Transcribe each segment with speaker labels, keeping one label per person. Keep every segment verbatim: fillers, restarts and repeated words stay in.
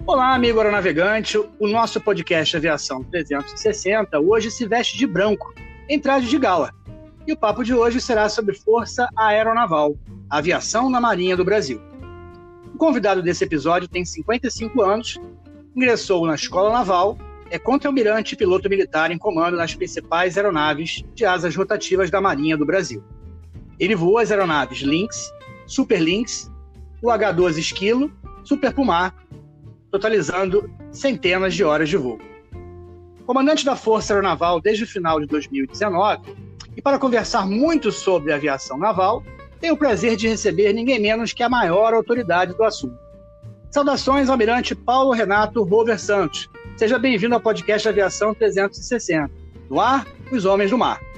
Speaker 1: Olá, amigo aeronavegante. O nosso podcast Aviação trezentos e sessenta hoje se veste de branco, em traje de gala. E o papo de hoje será sobre Força Aeronaval, aviação na Marinha do Brasil. O convidado desse episódio tem cinquenta e cinco anos, ingressou na Escola Naval, é contra-almirante e piloto militar em comando nas principais aeronaves de asas rotativas da Marinha do Brasil. Ele voou as aeronaves Lynx, Super Lynx, o agá doze Esquilo, Super Pumar, totalizando centenas de horas de voo. Comandante da Força Aeronaval desde o final de dois mil e dezenove, e para conversar muito sobre aviação naval, tenho o prazer de receber ninguém menos que a maior autoridade do assunto. Saudações, Almirante Paulo Renato Rover Santos. Seja bem-vindo ao podcast Aviação trezentos e sessenta. No ar, os homens do mar.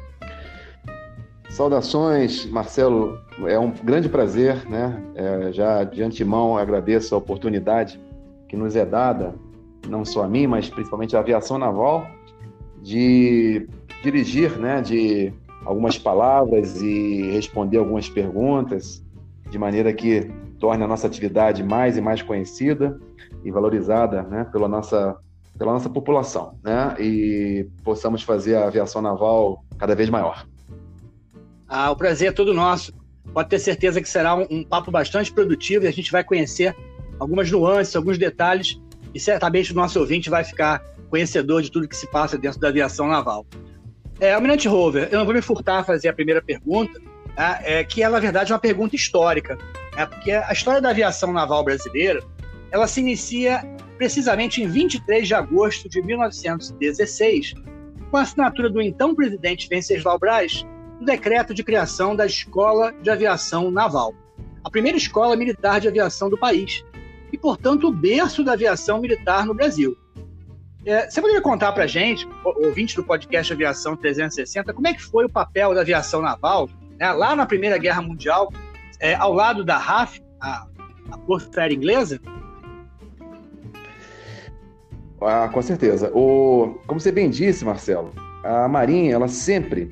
Speaker 2: Saudações, Marcelo. É um grande prazer, né? É, já de antemão agradeço a oportunidade que nos é dada, não só a mim, mas principalmente a aviação naval, de dirigir, né, de algumas palavras e responder algumas perguntas, de maneira que torne a nossa atividade mais e mais conhecida e valorizada, né, pela nossa, pela nossa população, né, e possamos fazer a aviação naval cada vez maior.
Speaker 1: Ah, o prazer é todo nosso. Pode ter certeza que será um, um papo bastante produtivo e a gente vai conhecer algumas nuances, alguns detalhes, e certamente o nosso ouvinte vai ficar conhecedor de tudo que se passa dentro da aviação naval. É, Almirante Rover, eu não vou me furtar a fazer a primeira pergunta, tá? É, que é, na verdade, uma pergunta histórica, né? Porque a história da aviação naval brasileira, ela se inicia precisamente em vinte e três de agosto de mil novecentos e dezesseis, com a assinatura do então presidente Venceslau Braz, do decreto de criação da Escola de Aviação Naval, a primeira escola militar de aviação do país, e, portanto, o berço da aviação militar no Brasil. É, você poderia contar para a gente, ouvinte do podcast Aviação trezentos e sessenta, como é que foi o papel da aviação naval, né, lá na Primeira Guerra Mundial, é, ao lado da R A F, a, a Força Aérea Inglesa?
Speaker 2: Ah, com certeza. O, como você bem disse, Marcelo, a Marinha, ela sempre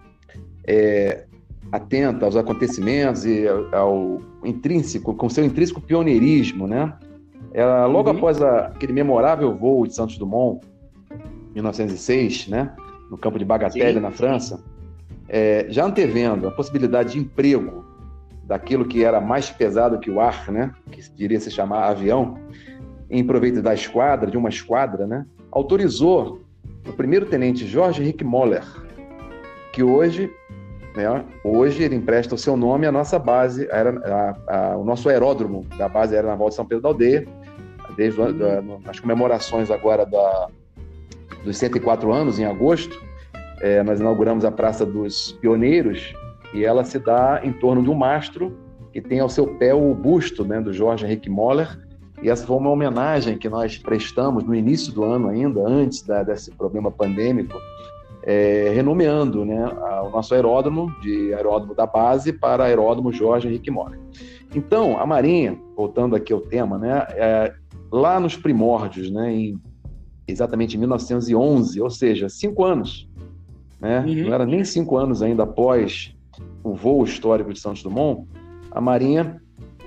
Speaker 2: é atenta aos acontecimentos e ao, ao intrínseco, com seu intrínseco pioneirismo, né? Ela, logo uhum. após a, aquele memorável voo de Santos Dumont, em mil novecentos e seis, né, no campo de Bagatelle, sim, na França, é, já antevendo a possibilidade de emprego daquilo que era mais pesado que o ar, né, que diria se chamar avião, em proveito da esquadra, de uma esquadra, né, autorizou o primeiro-tenente Jorge Henrique Moller, que hoje, né, hoje ele empresta o seu nome à nossa base, a, a, a, o nosso aeródromo da base aeronaval de São Pedro da Aldeia, desde uhum. da, nas comemorações agora da, dos cento e quatro anos, em agosto, é, nós inauguramos a Praça dos Pioneiros, e ela se dá em torno de um mastro que tem ao seu pé o busto, né, do Jorge Henrique Moller, e essa foi uma homenagem que nós prestamos no início do ano ainda, antes da, desse problema pandêmico, é, renomeando, né, o nosso aeródromo, de aeródromo da base para aeródromo Jorge Henrique Moller. Então, a Marinha, voltando aqui ao tema, né, é, lá nos primórdios, né, em, exatamente em mil novecentos e onze, ou seja, cinco anos, né, uhum. não era nem cinco anos ainda após o voo histórico de Santos Dumont, a Marinha,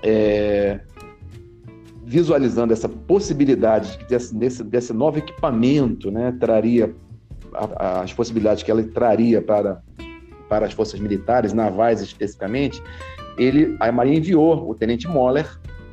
Speaker 2: é, visualizando essa possibilidade desse, desse, desse novo equipamento, né, traria a, as possibilidades que ela traria para, para as forças militares, navais especificamente, ele, a Marinha enviou o tenente Moller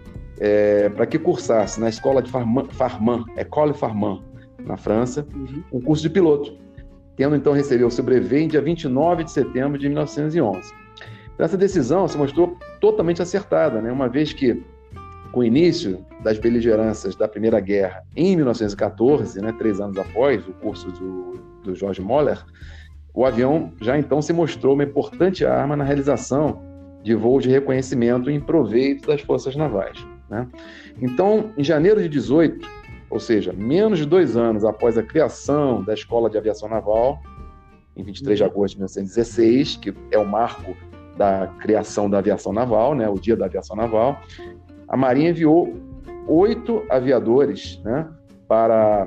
Speaker 2: é, para que cursasse na escola de Farman, Farman École Farman, na França, uhum. um curso de piloto, tendo então recebido o seu brevet em dia vinte e nove de setembro de mil novecentos e onze. Então, essa decisão se mostrou totalmente acertada, né? Uma vez que, com o início das beligerâncias da Primeira Guerra, em mil novecentos e catorze, né, três anos após o curso do, do Jorge Moller, o avião já então se mostrou uma importante arma na realização de voos de reconhecimento em proveito das forças navais, né? Então, em janeiro de dezoito, ou seja, menos de dois anos após a criação da Escola de Aviação Naval, em vinte e três de agosto de mil novecentos e dezesseis, que é o marco da criação da aviação naval, né, o dia da aviação naval, a Marinha enviou oito aviadores, né, para,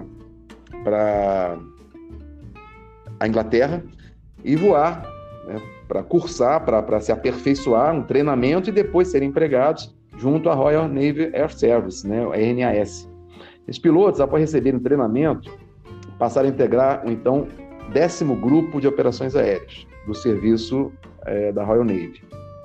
Speaker 2: para a Inglaterra e voar, né, para cursar, para, para se aperfeiçoar, um treinamento e depois serem empregados junto à Royal Navy Air Service, né, a R N A S, Esses pilotos, após receberem treinamento, passaram a integrar o então décimo grupo de operações aéreas do serviço é, da Royal Navy,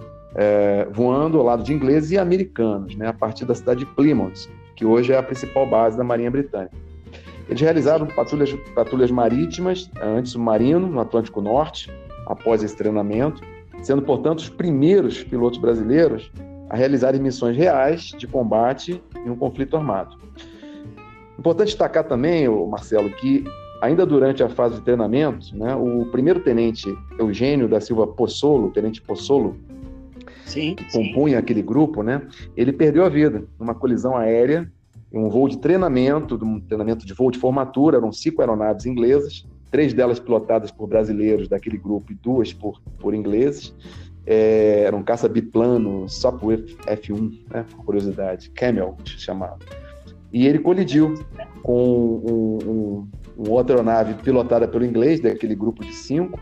Speaker 2: é, voando ao lado de ingleses e americanos, né, a partir da cidade de Plymouth, que hoje é a principal base da Marinha Britânica. Eles realizaram patrulhas, patrulhas marítimas, antissubmarino, no Atlântico Norte, após esse treinamento, sendo, portanto, os primeiros pilotos brasileiros a realizarem missões reais de combate em um conflito armado. Importante destacar também, Marcelo, que ainda durante a fase de treinamento, né, o primeiro-tenente Eugênio da Silva Pozzolo, tenente Pozzolo,
Speaker 1: sim,
Speaker 2: que compunha
Speaker 1: sim.
Speaker 2: aquele grupo, né, ele perdeu a vida numa colisão aérea, em um voo de treinamento, um treinamento de voo de formatura. Eram cinco aeronaves inglesas, três delas pilotadas por brasileiros daquele grupo e duas por, por ingleses. É, era um caça biplano Sopwith F um, né, por curiosidade, Camel, chamado. E ele colidiu com um, um, um outra aeronave pilotada pelo inglês, daquele grupo de cinco,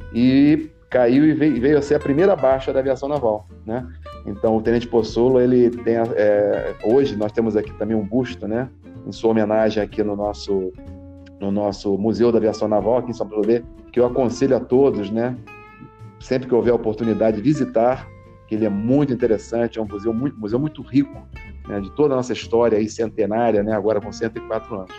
Speaker 2: e caiu e veio, veio a ser a primeira baixa da aviação naval, né? Então, o tenente Pozzolo, ele tem, é, hoje nós temos aqui também um busto, né, em sua homenagem aqui no nosso, no nosso Museu da Aviação Naval, aqui em São Paulo, que eu aconselho a todos, né, sempre que houver a oportunidade de visitar, que ele é muito interessante, é um museu muito, museu muito rico, né, de toda a nossa história aí, centenária, né, agora com cento e quatro anos.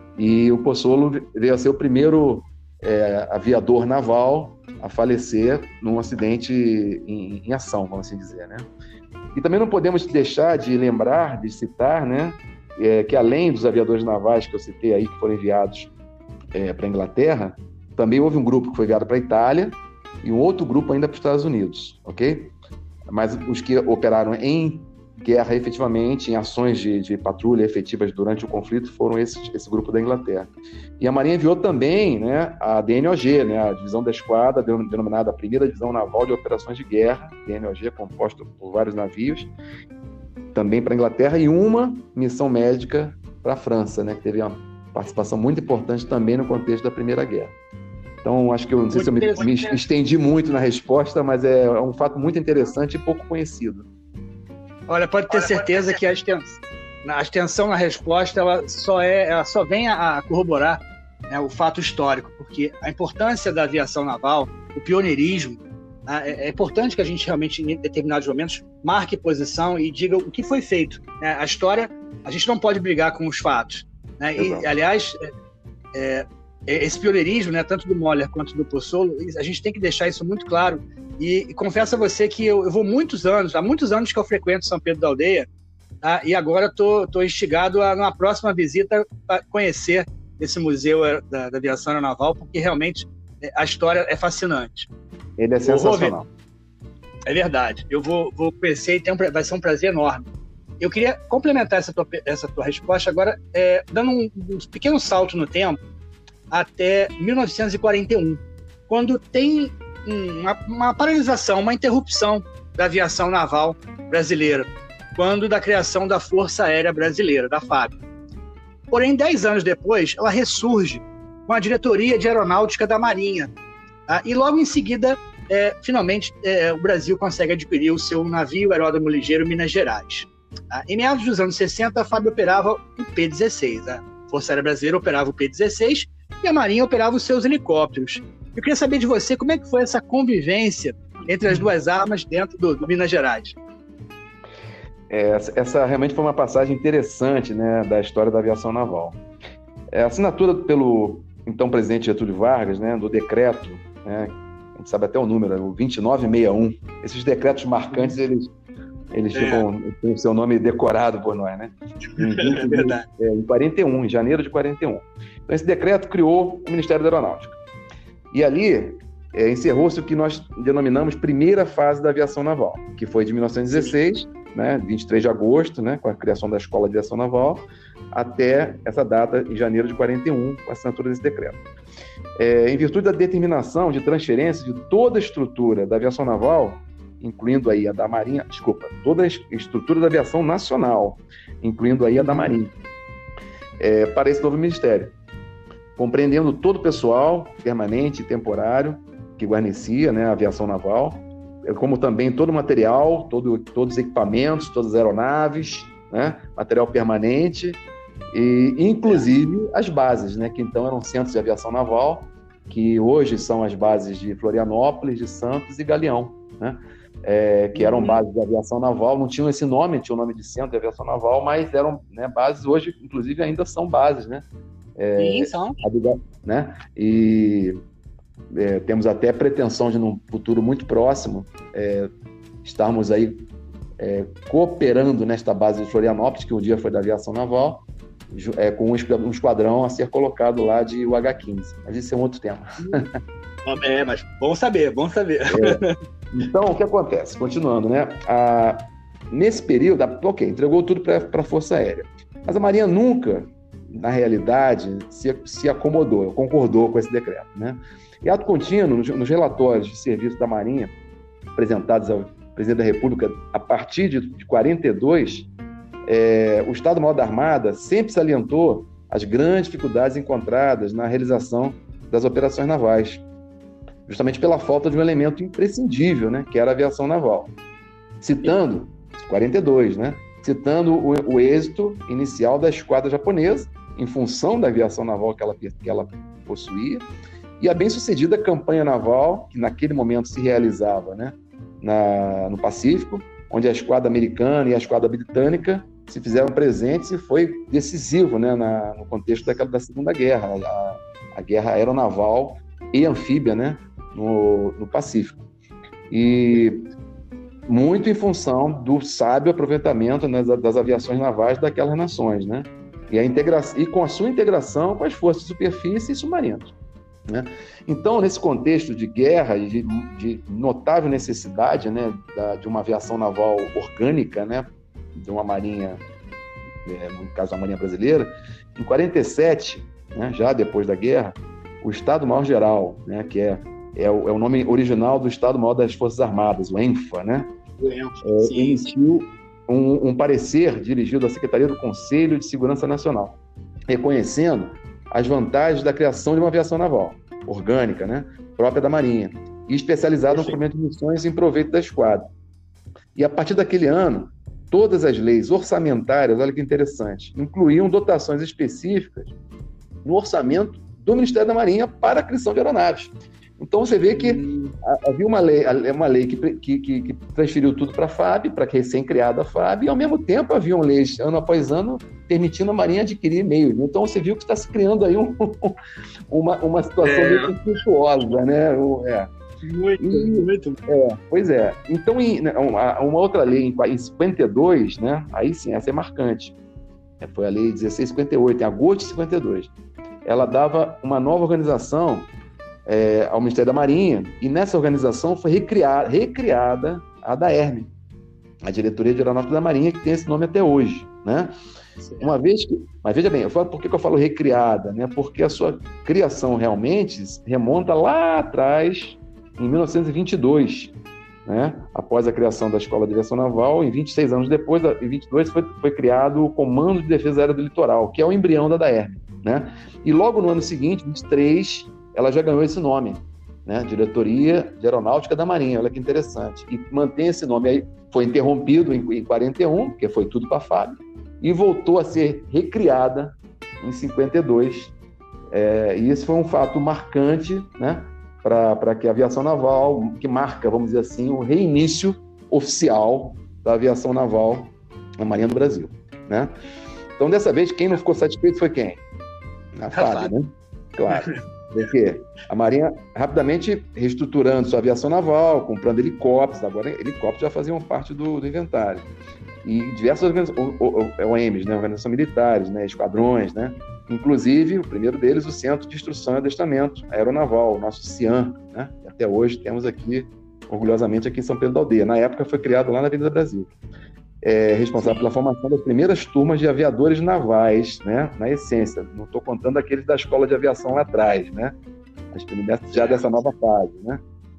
Speaker 2: E o Pozzolo veio a ser o primeiro é, aviador naval a falecer num acidente em, em ação, vamos assim dizer, né? E também não podemos deixar de lembrar, de citar, né, é, que além dos aviadores navais que eu citei aí, que foram enviados é, para a Inglaterra, também houve um grupo que foi enviado para a Itália e um outro grupo ainda para os Estados Unidos, ok? Mas os que operaram em guerra efetivamente, em ações de, de patrulha efetivas durante o conflito, foram esse, esse grupo da Inglaterra. E a Marinha enviou também, né, a D N O G, né, a divisão da esquadra, denominada a Primeira Divisão Naval de Operações de Guerra, D N O G, composta por vários navios, também para a Inglaterra, e uma missão médica para a França, né, que teve uma participação muito importante também no contexto da Primeira Guerra. Então, acho que eu não sei se eu me, me estendi muito na resposta, mas é um fato muito interessante e pouco conhecido.
Speaker 1: Olha, pode ter certeza que a extensão, a extensão na resposta ela só, é, ela só vem a, a corroborar, né, o fato histórico, porque a importância da aviação naval, o pioneirismo, né, é, é importante que a gente realmente, em determinados momentos, marque posição e diga o que foi feito. Né? A história, a gente não pode brigar com os fatos. Né? E, aliás, é, é, esse pioneirismo, né, tanto do Moller quanto do Pozzolo, a gente tem que deixar isso muito claro. E, e confesso a você que eu, eu vou muitos anos, há muitos anos que eu frequento São Pedro da Aldeia, tá? E agora estou instigado a, numa próxima visita, a conhecer esse museu da, da aviação naval, porque realmente a história é fascinante.
Speaker 2: Ele é sensacional.
Speaker 1: É verdade. Eu vou, vou conhecer e tem um, vai ser um prazer enorme. Eu queria complementar essa tua, essa tua resposta agora, é, dando um, um pequeno salto no tempo até mil novecentos e quarenta e um, quando tem Uma, uma paralisação, uma interrupção da aviação naval brasileira, quando da criação da Força Aérea Brasileira, da FAB. Porém, dez anos depois, ela ressurge com a diretoria de aeronáutica da Marinha. Tá? E logo em seguida, é, finalmente, é, o Brasil consegue adquirir o seu navio aeródromo ligeiro Minas Gerais. Tá? Em meados dos anos sessenta, a FAB operava o P dezesseis. A Força Aérea Brasileira operava o P dezesseis e a Marinha operava os seus helicópteros. Eu queria saber de você como é que foi essa convivência entre as duas armas dentro do, do Minas Gerais.
Speaker 2: É, essa, essa realmente foi uma passagem interessante, né, da história da aviação naval. É, a assinatura pelo então presidente Getúlio Vargas, né, do decreto, né, a gente sabe até o número, o vinte e nove sessenta e um. Esses decretos marcantes, eles, eles é. ficam, têm o seu nome decorado por nós, né? Em,
Speaker 1: é verdade.
Speaker 2: É, em quarenta e um, em janeiro de quarenta e um. Então, esse decreto criou o Ministério da Aeronáutica. E ali é, encerrou-se o que nós denominamos primeira fase da aviação naval, que foi de mil novecentos e dezesseis, né, vinte e três de agosto, né, com a criação da Escola de Aviação Naval, até essa data, em janeiro de quarenta e um, com a assinatura desse decreto. É, em virtude da determinação de transferência de toda a estrutura da aviação naval, incluindo aí a da Marinha, desculpa, toda a estrutura da aviação nacional, incluindo aí a da Marinha, é, para esse novo ministério, compreendendo todo o pessoal permanente e temporário que guarnecia, né, a aviação naval, como também todo o material, todo, todos os equipamentos, todas as aeronaves, né, material permanente E, inclusive, as bases, né? Que então eram centros de aviação naval, que hoje são as bases de Florianópolis, de Santos e Galeão, né? É, que eram bases de aviação naval, não tinham esse nome, tinha o nome de centro de aviação naval, mas eram, né, bases, hoje, inclusive, ainda são bases, né? É,
Speaker 1: Sim, são.
Speaker 2: Né? E é, temos até pretensão de, num futuro muito próximo, é, estarmos aí é, cooperando nesta base de Florianópolis, que um dia foi da aviação naval, é, com um esquadrão a ser colocado lá de U H quinze. Mas isso é um outro tema.
Speaker 1: É, mas bom saber, bom saber.
Speaker 2: É. Então, o que acontece? Continuando, né? A, nesse período, a, ok, entregou tudo para a Força Aérea. Mas a Marinha nunca, na realidade, se, se acomodou, concordou com esse decreto, né? E ato contínuo, nos, nos relatórios de serviço da Marinha, apresentados ao Presidente da República a partir de, de quarenta e dois, é, o Estado-Maior da Armada sempre salientou as grandes dificuldades encontradas na realização das operações navais, justamente pela falta de um elemento imprescindível, né, que era a aviação naval. Citando, quarenta e dois, né, citando o, o êxito inicial da esquadra japonesa, em função da aviação naval que ela, que ela possuía, e a bem-sucedida campanha naval, que naquele momento se realizava, né, na, no Pacífico, onde a esquadra americana e a esquadra britânica se fizeram presentes e foi decisivo, né, na, no contexto daquela, da Segunda Guerra, a, a guerra aeronaval e anfíbia, né, no, no Pacífico. E muito em função do sábio aproveitamento, né, das, das aviações navais daquelas nações, né, e, a integra- e com a sua integração com as forças de superfície e submarinas, né? Então, nesse contexto de guerra e de, de notável necessidade, né, da, de uma aviação naval orgânica, né, de uma marinha, é, no caso a Marinha Brasileira, em quarenta e sete, né, já depois da guerra, o Estado-Maior-Geral, né, que é, é, o, é o nome original do Estado-Maior das Forças Armadas, o ENFA, né, é, emitiu um, um parecer dirigido à Secretaria do Conselho de Segurança Nacional, reconhecendo as vantagens da criação de uma aviação naval orgânica, né, própria da Marinha, e especializada no cumprimento de missões em proveito da esquadra. E a partir daquele ano, todas as leis orçamentárias, olha que interessante, incluíam dotações específicas no orçamento do Ministério da Marinha para a aquisição de aeronaves. Então você vê que havia uma lei, uma lei que, que, que transferiu tudo para a F A B, para a recém-criada F A B, e ao mesmo tempo haviam leis, ano após ano, permitindo a Marinha adquirir meios. Então você viu que está se criando aí um, uma, uma situação é. meio conflituosa, né? É.
Speaker 1: Muito, e, muito.
Speaker 2: É, pois é. Então, em, uma, uma outra lei, em cinquenta e dois, né? Aí sim, essa é marcante. Foi a lei dezesseis cinquenta e oito, em agosto de cinquenta e dois. Ela dava uma nova organização é, ao Ministério da Marinha, e nessa organização foi recriada, recriada a DAERM, a Diretoria de Aeronáutica da Marinha, que tem esse nome até hoje, né? Uma vez que, mas veja bem, eu falo, por que eu falo recriada, né? Porque a sua criação realmente remonta lá atrás, em mil novecentos e vinte e dois, né? Após a criação da Escola de Aviação Naval, em vinte e seis anos depois, em vinte e dois, foi, foi criado o Comando de Defesa Aérea do Litoral, que é o embrião da DAERM, né? E logo no ano seguinte, vinte e três, ela já ganhou esse nome, né? Diretoria de Aeronáutica da Marinha, olha que interessante. E mantém esse nome aí, foi interrompido em, em quarenta e um, porque foi tudo para a F A B, e voltou a ser recriada em cinquenta e dois. É, e esse foi um fato marcante, né? Para que a aviação naval, que marca, vamos dizer assim, o reinício oficial da aviação naval na Marinha do Brasil, né? Então, dessa vez, quem não ficou satisfeito foi quem? A F A B, né? Claro. Porque a Marinha, rapidamente reestruturando sua aviação naval, comprando helicópteros, agora helicópteros já faziam parte do, do inventário. E diversas organizações, O Ms, né? Organizações militares, né? Esquadrões, né? Inclusive, o primeiro deles, o Centro de Instrução e Adestramento Aeronaval, o nosso CIAN, né? Até hoje temos aqui, orgulhosamente, aqui em São Pedro da Aldeia. Na época foi criado lá na Avenida Brasil. É responsável pela formação das primeiras turmas de aviadores navais, né? Na essência, não estou contando aqueles da Escola de Aviação lá atrás, né? As primeiras já dessa nova fase, né?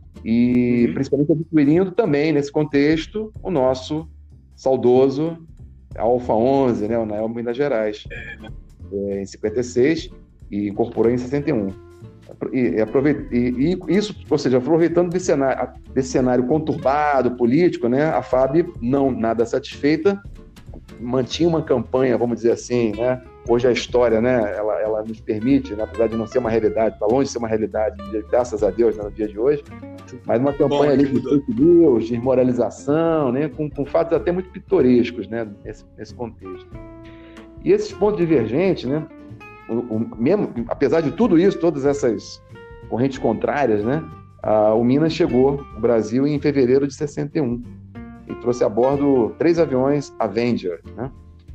Speaker 2: E uhum. principalmente adquirindo também, nesse contexto, o nosso saudoso Alfa onze, né? O Nael Minas Gerais. É, em cinquenta e seis e incorporou em sessenta e um. E, e, e, e isso, ou seja, aproveitando desse cenário, desse cenário conturbado, político, né, a F A B, não nada satisfeita, mantinha uma campanha, vamos dizer assim, né? Hoje a história, né, ela, ela nos permite, né, apesar de não ser uma realidade, está longe de ser uma realidade, graças a Deus, né, no dia de hoje, mas uma campanha Bom, ali de fake news, de desmoralização, né, com, com fatos até muito pitorescos, né, nesse, nesse contexto. E esses pontos divergentes, né, o, o, mesmo, apesar de tudo isso, todas essas correntes contrárias, né, a, o Minas chegou ao Brasil em fevereiro de sessenta e um e trouxe a bordo três aviões Avenger, né?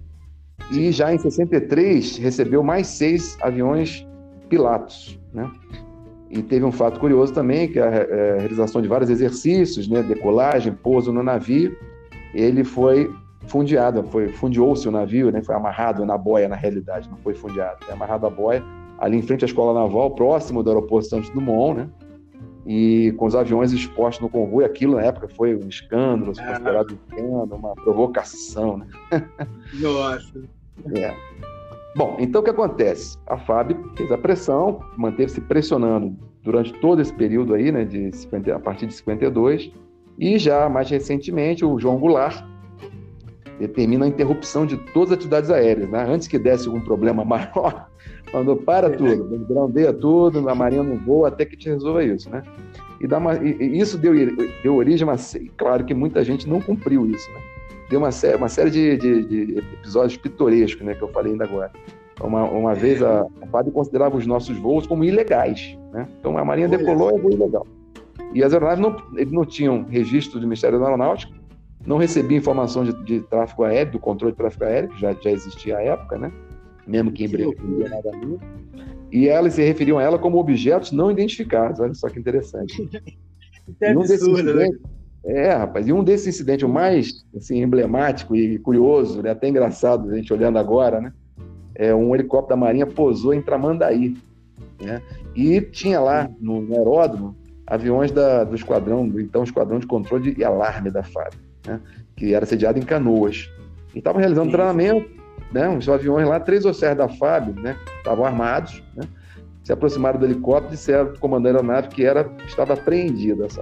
Speaker 2: E já em sessenta e três recebeu mais seis aviões Pilatus, né? E teve um fato curioso também, que é a realização de vários exercícios, né? Decolagem, pouso no navio, ele foi fundeado, foi, fundeou-se o navio, né? Foi amarrado na boia, na realidade, não foi fundeado, foi amarrado à boia, ali em frente à Escola Naval, próximo do aeroporto Santos Dumont, né? E com os aviões expostos no convoio, aquilo na época foi um escândalo, ah, considerado um escândalo, uma provocação, né?
Speaker 1: Nossa!
Speaker 2: É. Bom, então o que acontece? A F A B fez a pressão, manteve-se pressionando durante todo esse período aí, né, de cinquenta, a partir de cinquenta e dois, e já mais recentemente o João Goulart determina a interrupção de todas as atividades aéreas, né? Antes que desse algum problema maior, mandou para tudo, groundeia tudo, a Marinha não voa até que te resolva isso, né? E, dá uma, e isso deu, deu origem a uma... Claro que muita gente não cumpriu isso, né? Deu uma, sé, uma série de, de, de episódios pitorescos, né, que eu falei ainda agora. Uma, uma vez a, a F A B considerava os nossos voos como ilegais, né? Então a Marinha decolou, é voo ilegal. E as aeronaves não, eles não tinham registro do Ministério da Aeronáutica, não recebiam informação de, de tráfego aéreo, do controle de tráfego aéreo, que já, já existia à época, né? Mesmo que em breve não ia nada ali. E elas se referiam a ela como objetos não identificados. Olha só que interessante.
Speaker 1: É um absurdo, né?
Speaker 2: É, rapaz, e um desses incidentes, o mais assim, emblemático e curioso, né, até engraçado a gente olhando agora, né, é um helicóptero da Marinha pousou em Tramandaí, né, e tinha lá no, no aeródromo aviões da, do esquadrão, do então Esquadrão de Controle e Alarme da F A B, né, que era sediado em Canoas. E estavam realizando Sim. treinamento, né, os aviões lá, três oficiais da F A B, né, estavam armados, né, se aproximaram do helicóptero e disseram ao comandante da aeronave que era, estava apreendida essa.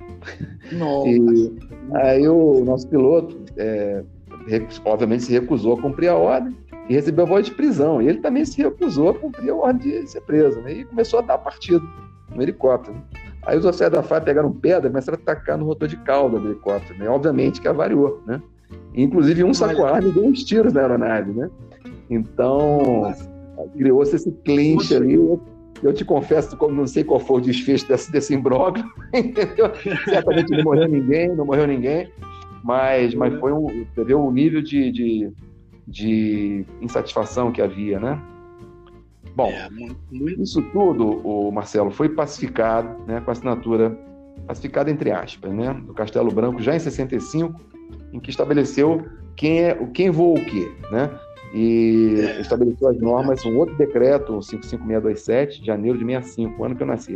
Speaker 2: E aí o nosso piloto, é, obviamente, se recusou a cumprir a ordem e recebeu a voz de prisão. E ele também se recusou a cumprir a ordem de ser preso, né? E começou a dar partido no helicóptero. Aí os oficiais da F A B pegaram pedra e começaram a atacar no rotor de cauda do helicóptero, né? Obviamente que avariou, né? E, inclusive um sacou a arma e deu uns tiros na aeronave, né? Então criou-se esse clinch ali. Eu te confesso, como não sei qual foi o desfecho desse, desse imbróglio, entendeu? Certamente não morreu ninguém, não morreu ninguém, mas, mas foi um, você vê o nível de, de, de insatisfação que havia, né? Bom, é, muito, muito... isso tudo, o Marcelo, foi pacificado, né, com a assinatura, pacificado entre aspas, né, do Castelo Branco, já em sessenta e cinco, em que estabeleceu quem, é, quem voa o quê, né? E é. estabeleceu as normas, um outro decreto, o cinco cinco seis dois sete, de janeiro de sessenta e cinco, ano que eu nasci,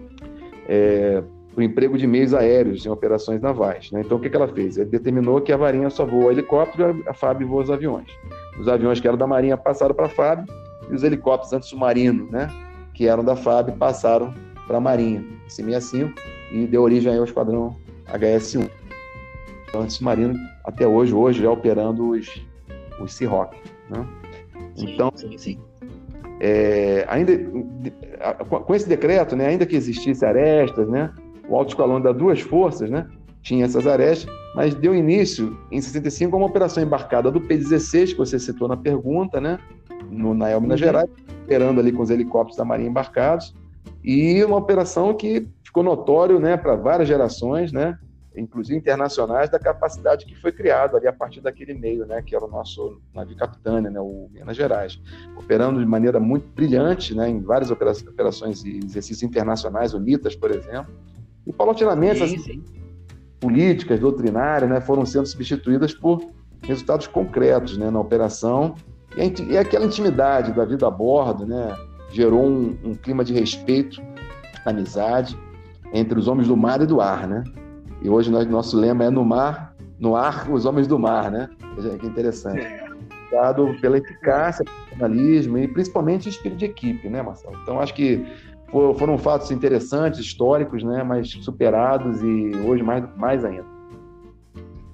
Speaker 2: é, o emprego de meios aéreos em operações navais, né? Então, o que, que ela fez? Ela determinou que a Marinha só voa helicóptero e a F A B voa os aviões. Os aviões que eram da Marinha passaram para a F A B e os helicópteros antissubmarinos, né, que eram da F A B, passaram para a Marinha, em sessenta e cinco, e deu origem aí ao esquadrão H S um. Então, antissubmarino, até hoje, hoje já operando os, os Seahawk. Né? Então, sim, sim. É, ainda, com esse decreto, né, ainda que existisse arestas, né, o alto escalão das duas forças, né, tinha essas arestas, mas deu início, em sessenta e cinco, a uma operação embarcada do P dezesseis, que você citou na pergunta, né, no Nael, Minas Gerais, operando ali com os helicópteros da Marinha embarcados, e uma operação que ficou notório, né, para várias gerações, né, inclusive internacionais, da capacidade que foi criada ali a partir daquele meio, né, que era o nosso navio Capitânia, né, o Minas Gerais, operando de maneira muito brilhante, né, em várias operações e exercícios internacionais, o NITAS, por exemplo, e paulatinamente essas políticas doutrinárias, né, foram sendo substituídas por resultados concretos, né, na operação, e, a, e aquela intimidade da vida a bordo, né, gerou um, um clima de respeito, amizade entre os homens do mar e do ar, né? E hoje nós, nosso lema é no mar, no ar, os homens do mar, né? Veja que interessante. Dado pela eficácia, profissionalismo e principalmente o espírito de equipe, né, Marcelo? Então, acho que foram fatos interessantes, históricos, né? Mas superados e hoje mais, mais ainda.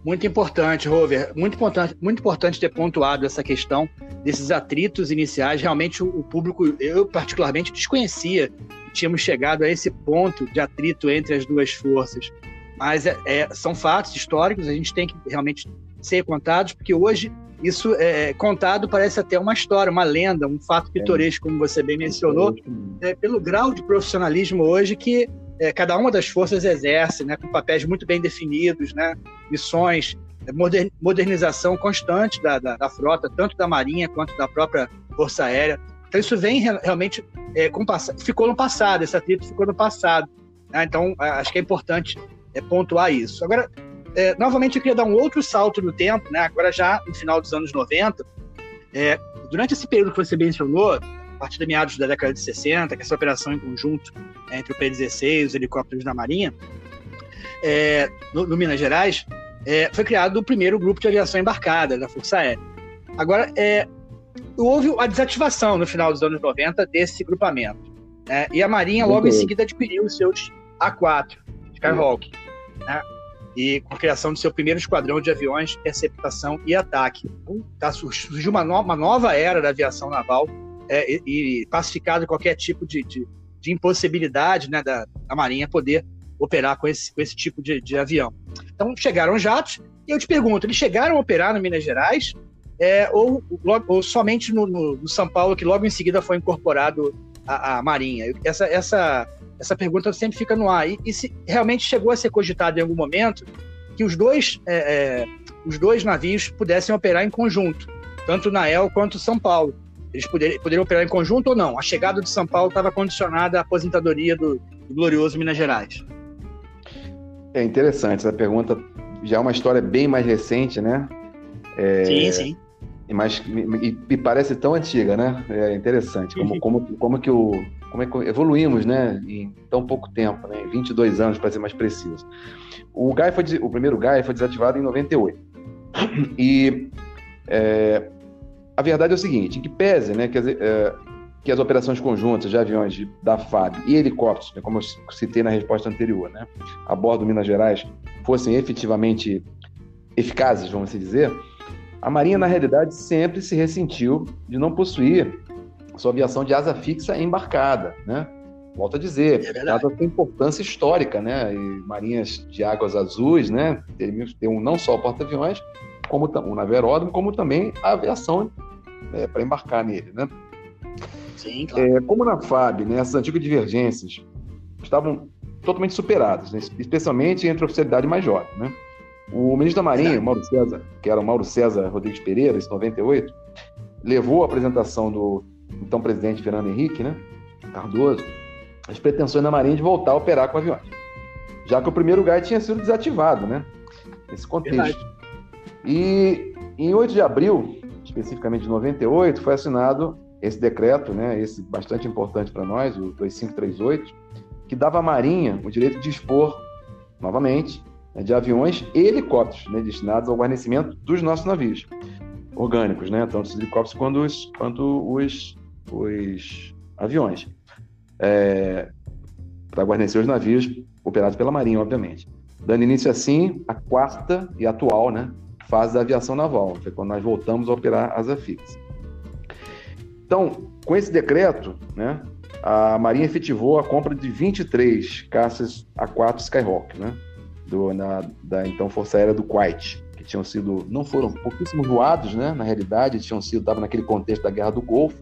Speaker 1: Muito importante, Rover. Muito importante, muito importante ter pontuado essa questão desses atritos iniciais. Realmente, o, o público, eu particularmente, desconhecia que tínhamos chegado a esse ponto de atrito entre as duas forças. Mas é, é, são fatos históricos, a gente tem que realmente ser contados, porque hoje isso é contado, parece até uma história, uma lenda, um fato pitoresco, como você bem mencionou, é, pelo grau de profissionalismo hoje que é, cada uma das forças exerce, né, com papéis muito bem definidos, né, missões, modern, modernização constante da, da, da frota, tanto da Marinha quanto da própria Força Aérea. Então isso vem realmente, é, com, ficou no passado, esse atrito ficou no passado. Né? Então acho que é importante é, pontuar isso. Agora, É, novamente, eu queria dar um outro salto no tempo, né? Agora já no final dos anos noventa, é, durante esse período que você mencionou, a partir de meados da década de sessenta, que essa operação em conjunto é, entre o P dezesseis, os helicópteros da Marinha, é, no, no Minas Gerais, é, foi criado o primeiro grupo de aviação embarcada da Força Aérea. Agora, é, houve a desativação no final dos anos noventa desse grupamento, né? E a Marinha logo em seguida adquiriu os seus A quatro, Skyhawk, né? E com a criação do seu primeiro esquadrão de aviões, interceptação e ataque. Então, tá, surgiu uma, no, uma nova era da aviação naval é, e, e pacificado qualquer tipo de, de, de impossibilidade, né, da, da Marinha poder operar com esse, com esse tipo de, de avião. Então, chegaram jatos, e eu te pergunto, eles chegaram a operar no Minas Gerais é, ou, ou somente no, no, no São Paulo, que logo em seguida foi incorporado à, à Marinha? Essa... essa Essa pergunta sempre fica no ar. E, e se realmente chegou a ser cogitado em algum momento que os dois, é, é, os dois navios pudessem operar em conjunto, tanto Nael quanto São Paulo. Eles poderiam, poderiam operar em conjunto ou não? A chegada de São Paulo estava condicionada à aposentadoria do, do glorioso Minas Gerais.
Speaker 2: É interessante essa pergunta. Já é uma história bem mais recente, né? É,
Speaker 1: sim, sim.
Speaker 2: Mas me, me parece tão antiga, né? É interessante como, como, como que o como é que evoluímos, né, em tão pouco tempo, né, em vinte e dois anos, para ser mais preciso. O, G A I foi, o primeiro G A I foi desativado em noventa e oito. E é, a verdade é o seguinte, em que pese, né, que, as, é, que as operações conjuntas de aviões de, da F A B e helicópteros, né, como eu citei na resposta anterior, né, a bordo do Minas Gerais, fossem efetivamente eficazes, vamos assim dizer, a Marinha, na realidade, sempre se ressentiu de não possuir sua aviação de asa fixa embarcada, né? Volto a dizer, é ela tem importância histórica, né? E marinhas de águas azuis, né? Tem um, não só o porta-aviões, como um navio aeródromo, como também a aviação é, para embarcar nele, né?
Speaker 1: Sim, claro.
Speaker 2: É, como na F A B, né, essas antigas divergências estavam totalmente superadas, né? Especialmente entre a oficialidade mais jovem, né? O ministro da Marinha, Mauro César, que era o Mauro César Rodrigues Pereira, em noventa e oito, levou a apresentação do então presidente Fernando Henrique, né, Cardoso, as pretensões da Marinha de voltar a operar com aviões, já que o primeiro G A I tinha sido desativado, né, nesse contexto. Verdade. E em oito de abril, especificamente de noventa e oito, foi assinado esse decreto, né, esse bastante importante para nós, o dois mil quinhentos e trinta e oito, que dava à Marinha o direito de dispor, novamente, né, de aviões e helicópteros, né, destinados ao guarnecimento dos nossos navios orgânicos, né, tanto os helicópteros quanto os, quanto os, os aviões, é, para guarnecer os navios operados pela Marinha, obviamente. Dando início, assim, à quarta e atual, né, fase da aviação naval, foi quando nós voltamos a operar asa fixa. Então, com esse decreto, né, a Marinha efetivou a compra de vinte e três caças A quatro Skyhawk, né, do, na, da então Força Aérea do Kuwait, que tinham sido, não foram pouquíssimos voados, né, na realidade, tinham sido, estavam naquele contexto da Guerra do Golfo,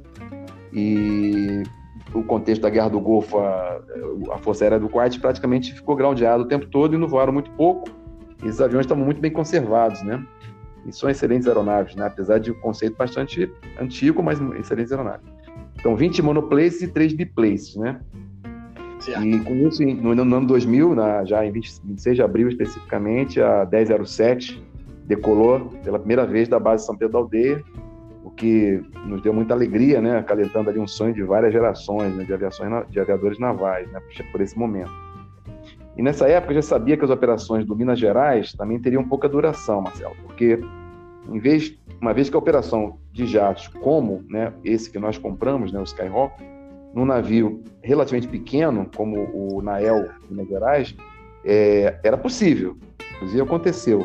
Speaker 2: e o contexto da Guerra do Golfo, a, a Força Aérea do Kuwait praticamente ficou groundeada o tempo todo e não voaram muito pouco, e esses aviões estavam muito bem conservados, né, e são excelentes aeronaves, né, apesar de um conceito bastante antigo, mas excelentes aeronaves. Então, vinte monoplaces e três biplaces, né, certo. E com isso, no, no ano dois mil, na, já em vinte, vinte e seis de abril especificamente, a dez zero sete decolou pela primeira vez da base São Pedro da Aldeia, o que nos deu muita alegria, né, acalentando ali um sonho de várias gerações, né, de, aviações, de aviadores navais, né, por esse momento. E nessa época eu já sabia que as operações do Minas Gerais também teriam pouca duração, Marcelo, porque em vez, uma vez que a operação de jatos, como, né, esse que nós compramos, né, o Skyhawk, num navio relativamente pequeno, como o Nael, Minas Gerais, é, era possível, inclusive aconteceu.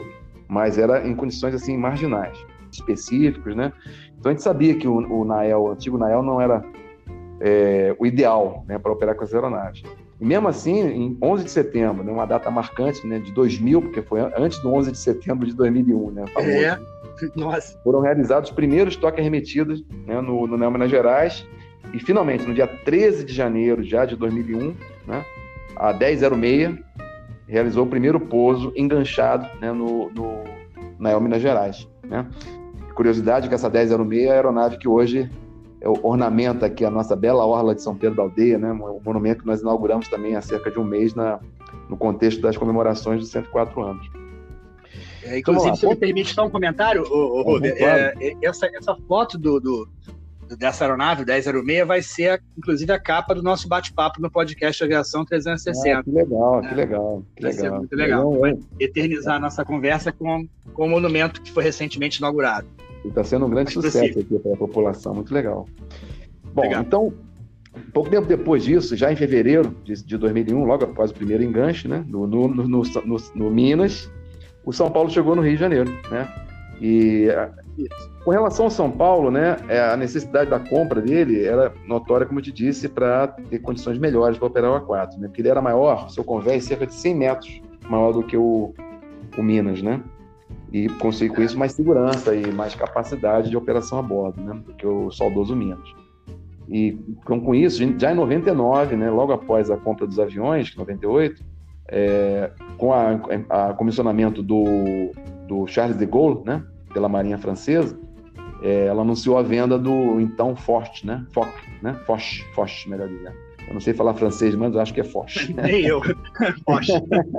Speaker 2: mas era em condições assim marginais, específicos, né? Então a gente sabia que o, o Nael, o antigo Nael, não era é, o ideal, né, para operar com as aeronaves. E mesmo assim, em onze de setembro, né, uma data marcante, né, de dois mil, porque foi antes do onze de setembro de dois mil e um, né, famoso,
Speaker 1: é, nossa.
Speaker 2: Foram realizados os primeiros toques arremetidos, né, no, no Nael Minas Gerais, e finalmente, no dia treze de janeiro já de dois mil e um, né, a dez zero seis realizou o primeiro pouso enganchado, né, no, no Nael Minas Gerais, né. Curiosidade que essa dez zero seis é a aeronave que hoje ornamenta aqui a nossa bela orla de São Pedro da Aldeia, né? Um monumento que nós inauguramos também há cerca de um mês na, no contexto das comemorações dos cento e quatro anos.
Speaker 1: É, inclusive, então, se me permite só um comentário, ô, ô, Rubem, é, é, essa, essa foto do, do, dessa aeronave, dez zero seis, vai ser, inclusive, a capa do nosso bate-papo no podcast Aviação trezentos e sessenta.
Speaker 2: Ah, que legal,
Speaker 1: é,
Speaker 2: que legal. Que
Speaker 1: vai
Speaker 2: legal.
Speaker 1: ser muito legal. É, vai eternizar a nossa conversa com, com o monumento que foi recentemente inaugurado.
Speaker 2: Está sendo um grande sucesso aqui para a população, muito legal. Bom, legal. Então, pouco tempo depois disso, já em fevereiro de, de dois mil e um, logo após o primeiro enganche, né, no, no, no, no, no Minas, o São Paulo chegou no Rio de Janeiro, né? E com relação ao São Paulo, né, a necessidade da compra dele era notória, como eu te disse, para ter condições melhores para operar o A quatro, né? Porque ele era maior, o seu convés, cerca de cem metros maior do que o, o Minas, né? E conseguir com isso mais segurança e mais capacidade de operação a bordo, né, do que o saudoso Minas. E então, com isso, já em noventa e nove, né, logo após a compra dos aviões, em noventa e oito, é, com a, a comissionamento do, do Charles de Gaulle, né, pela Marinha Francesa, é, ela anunciou a venda do então Foch, né, Foch, né, Foch, Foch, melhor dizendo. Eu não sei falar francês, mas eu acho que é Foch.
Speaker 1: Nem eu. Foch.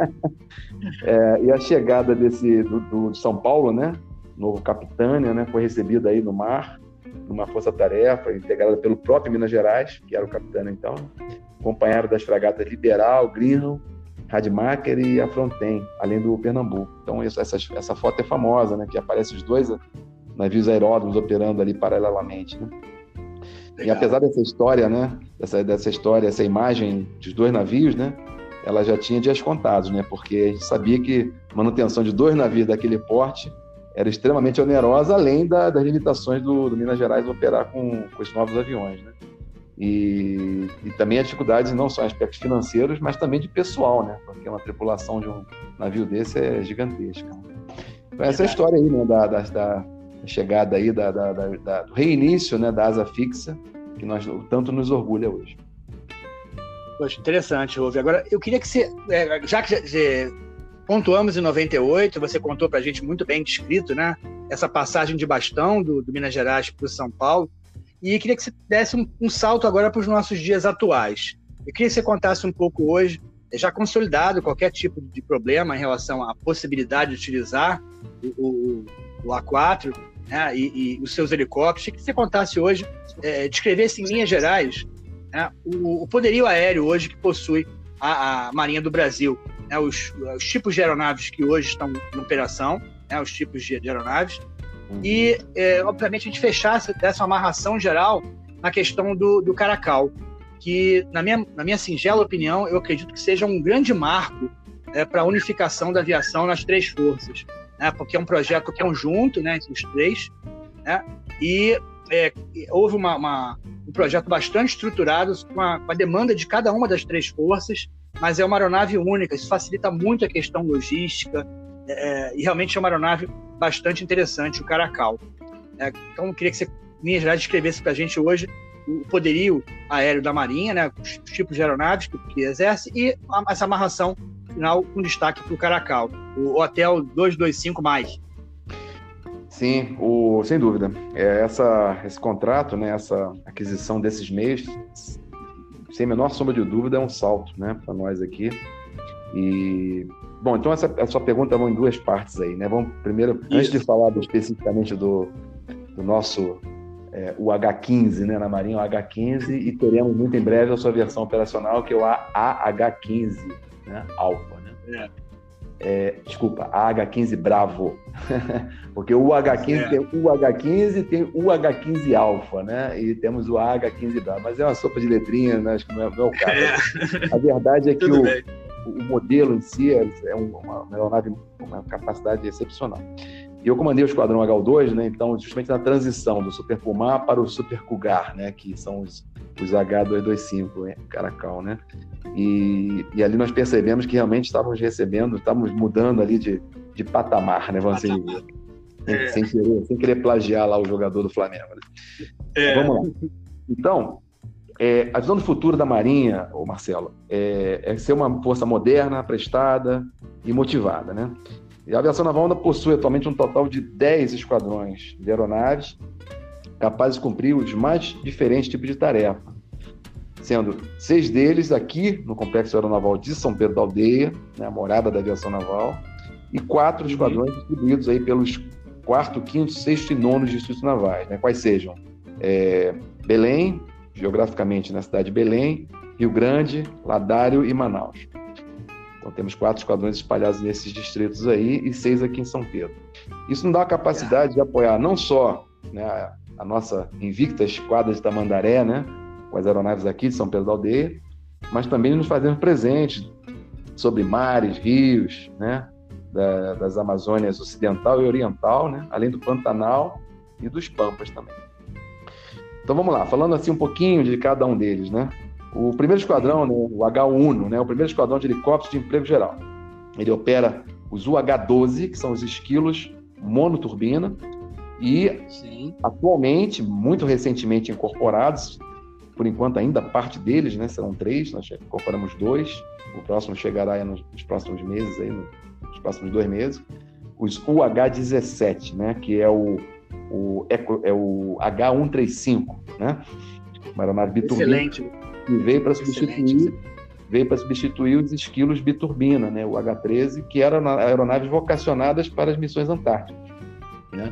Speaker 2: É, e a chegada desse, do, do, de São Paulo, né, novo Capitânia, né, foi recebida aí no mar, numa força-tarefa integrada pelo próprio Minas Gerais, que era o Capitânia então, acompanhado das fragatas Liberal, Greenham, Rademacher e a Fronten, além do Pernambuco. Então isso, essa, essa foto é famosa, né, que aparece os dois navios aeródromos operando ali paralelamente, né? E apesar dessa história, né, dessa, dessa história, essa imagem dos dois navios, né, ela já tinha dias contados, né, porque a gente sabia que a manutenção de dois navios daquele porte era extremamente onerosa, além da, das limitações do, do Minas Gerais operar com, com os novos aviões, né, e, e também as dificuldades não só em aspectos financeiros, mas também de pessoal, né, porque uma tripulação de um navio desse é gigantesca. Então essa é a história aí, né, da, da, da chegada aí, da, da, da, da, do reinício, né, da asa fixa, que nós tanto nos orgulha hoje.
Speaker 1: Poxa, interessante, Rubem. Agora, eu queria que você, já que já, pontuamos em noventa e oito, você contou para a gente muito bem descrito, né, essa passagem de bastão do, do Minas Gerais para o São Paulo, e eu queria que você desse um, um salto agora para os nossos dias atuais. Eu queria que você contasse um pouco hoje, já consolidado qualquer tipo de problema em relação à possibilidade de utilizar o, o, o A quatro, né, e, e os seus helicópteros. Eu queria que você contasse hoje, é, descrevesse em linhas gerais, né, o, o poderio aéreo hoje que possui a, a Marinha do Brasil, né, os, os tipos de aeronaves que hoje estão em operação, né, os tipos de, de aeronaves, uhum. E, é, obviamente, a gente fechasse dessa amarração geral na questão do, do Caracal, que, na minha, na minha singela opinião, eu acredito que seja um grande marco, é, para a unificação da aviação nas três forças, né, porque é um projeto conjunto, né, entre os três, né, e é, houve uma, uma, um projeto bastante estruturado com a, com a demanda de cada uma das três forças, mas é uma aeronave única, isso facilita muito a questão logística, é, e realmente é uma aeronave bastante interessante, o Caracal. É, então, eu queria que você, em linhas gerais, descrevesse para a gente hoje o poderio aéreo da Marinha, né, os tipos de aeronaves que, que exerce, e a, essa amarração final com destaque para o Caracal, o Hotel duzentos e vinte e cinco mais.
Speaker 2: Sim, o, sem dúvida. É, essa, esse contrato, né, essa aquisição desses meios, sem a menor sombra de dúvida, é um salto, né, para nós aqui. E, bom, então essa, essa sua pergunta vai em duas partes aí, né? Vamos primeiro, Isso. antes de falar do, especificamente do, do nosso, é, o H quinze, né, na Marinha, o H quinze, e teremos muito em breve a sua versão operacional, que é o A H quinze, né, Alpha, né? É. É, desculpa, A H quinze Bravo, porque o H quinze é. tem o H quinze, tem o H quinze Alpha, né? E temos o A H quinze Bravo, mas é uma sopa de letrinhas, né? Acho que não é, não é o caso. É. A verdade é que o, o modelo em si é uma, uma aeronave uma capacidade excepcional. E eu comandei o Esquadrão H U dois, né? Então, justamente na transição do Super Puma para o Super Cougar, né? Que são os, os H duzentos e vinte e cinco, né? Caracal, né? E, e ali nós percebemos que realmente estávamos recebendo, estávamos mudando ali de, de patamar, né? Vamos assim, é. sem, querer, sem querer plagiar lá o jogador do Flamengo. Né? É. Vamos lá. Então, é, a visão do futuro da Marinha, ô Marcelo, é, é ser uma força moderna, prestada e motivada, né? E a aviação naval ainda possui atualmente um total de dez esquadrões de aeronaves capazes de cumprir os mais diferentes tipos de tarefa, sendo seis deles aqui no Complexo Aeronaval de São Pedro da Aldeia, né, a morada da aviação naval, e quatro uhum. esquadrões distribuídos aí pelos quarto, quinto, sexto e nono distritos navais, né, quais sejam é, Belém, geograficamente na cidade de Belém, Rio Grande, Ladário e Manaus. Então temos quatro esquadrões espalhados nesses distritos aí e seis aqui em São Pedro. Isso nos dá a capacidade de apoiar não só, né, a nossa invicta esquadra de Tamandaré, né, com as aeronaves aqui de São Pedro da Aldeia, mas também nos fazemos presentes sobre mares, rios, né, da, das Amazônias Ocidental e Oriental, né, além do Pantanal e dos Pampas também. Então vamos lá, falando assim um pouquinho de cada um deles, né? O primeiro esquadrão, né, o H uno, né, o primeiro esquadrão de helicópteros de emprego geral. Ele opera os U H doze, que são os esquilos monoturbina, e Sim. atualmente, muito recentemente incorporados, por enquanto ainda parte deles, né, serão três, nós incorporamos dois, o próximo chegará nos, nos próximos meses, aí, nos próximos dois meses, os U H dezessete, né, que é o, o, é o H cento e trinta e cinco, né, uma aeronave biturbina. Excelente. Que veio para substituir, veio para substituir os esquilos biturbina, né, o H treze, que eram aeronaves vocacionadas para as missões antárticas, né?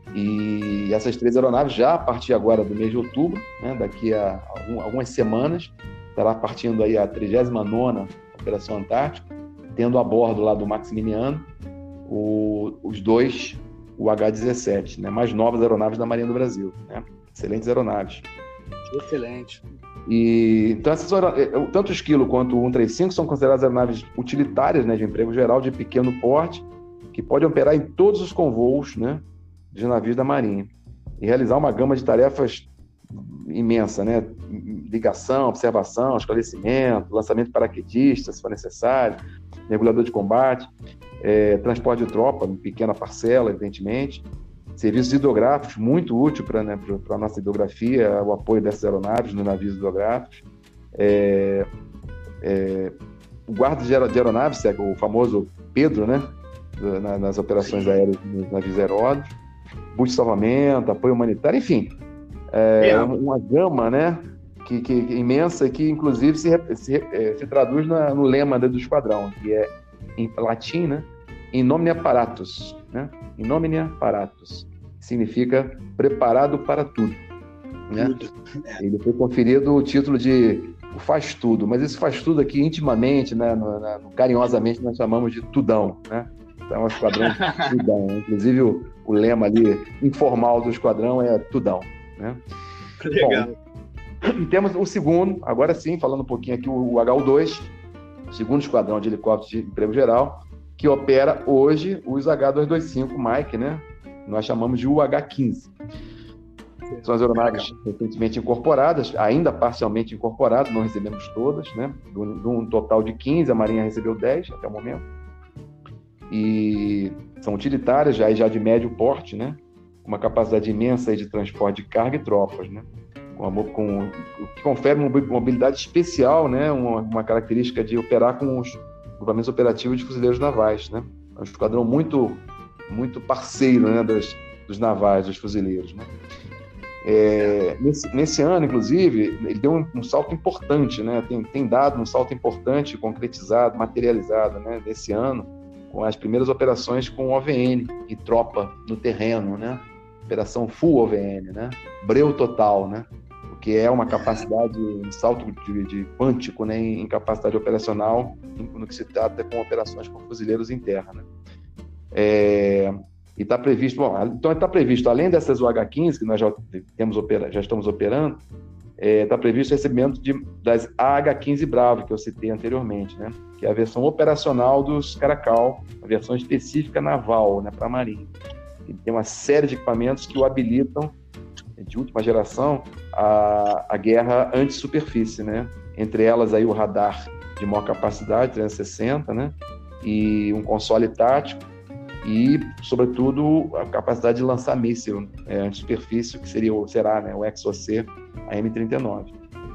Speaker 2: E essas três aeronaves já a partir agora do mês de outubro, né, daqui a algumas semanas, estará partindo aí a trigésima nona Operação Antártica, tendo a bordo lá do Maximiliano o, os dois, o H dezessete, né, mais novas aeronaves da Marinha do Brasil, né? Excelentes aeronaves.
Speaker 1: Excelente.
Speaker 2: E, então, essas, tanto o esquilo quanto o cento e trinta e cinco são consideradas aeronaves utilitárias, né, de emprego geral, de pequeno porte, que podem operar em todos os convoos, né, de navios da Marinha e realizar uma gama de tarefas imensa, né, ligação, observação, esclarecimento, lançamento de paraquedistas, se for necessário, mergulhador de combate, é, transporte de tropa, em pequena parcela, evidentemente, serviços hidrográficos, muito útil para, né, a nossa hidrografia, o apoio dessas aeronaves nos navios hidrográficos. É, é, o guarda de aeronaves, o famoso Pedro, né, nas operações Sim. aéreas nos navios aeródromos, busca de salvamento, apoio humanitário, enfim, é, é. uma gama, né, que, que, imensa e que, inclusive, se, se, se traduz na, no lema do esquadrão, que é, em latim, né, in nomine apparatus, né? In nomine apparatus, significa preparado para tudo, né? Tudo. Ele foi conferido o título de o faz tudo, mas esse faz tudo aqui intimamente, né, no, na, no, carinhosamente nós chamamos de tudão, né? Então é um esquadrão tudão, inclusive o, o lema ali informal do esquadrão é tudão, né?
Speaker 1: Legal.
Speaker 2: Bom, temos o segundo, agora sim, falando um pouquinho aqui, o H U dois, o segundo esquadrão de helicópteros de emprego geral, que opera hoje os H duzentos e vinte e cinco Mike, né? Nós chamamos de U H quinze. São as aeronaves recentemente incorporadas, ainda parcialmente incorporadas, não recebemos todas, né? De um total de quinze, a Marinha recebeu dez até o momento. E são utilitárias, já, já de médio porte, né? Uma capacidade imensa aí de transporte de carga e tropas, né? Com, com, que confere uma mobilidade especial, né? Uma, uma característica de operar com os grupamentos operativos de fuzileiros navais, né? É um esquadrão muito, muito parceiro, né, dos, dos navais, dos fuzileiros, né? É, nesse, nesse ano, inclusive, ele deu um, um salto importante, né? Tem, tem dado um salto importante, concretizado, materializado, né? Nesse ano, com as primeiras operações com O V N e tropa no terreno, né? Operação Full O V N, né? Breu total, né? Que é uma capacidade, um salto de, de quântico, né, em capacidade operacional no que se trata com operações com fuzileiros em terra, né? É, e está previsto, bom, então está previsto, além dessas U H quinze que nós já temos opera, já estamos operando, está é, previsto o recebimento de, das A H quinze Bravo, que eu citei anteriormente, né? Que é a versão operacional dos Caracal, a versão específica naval, né, para a Marinha. Ele tem uma série de equipamentos que o habilitam, de última geração, a, a guerra anti-superfície, né? Entre elas aí o radar de maior capacidade, trezentos e sessenta, né? E um console tático e, sobretudo, a capacidade de lançar míssil é, anti-superfície, que seria, será né, o Exocet A M trinta e nove.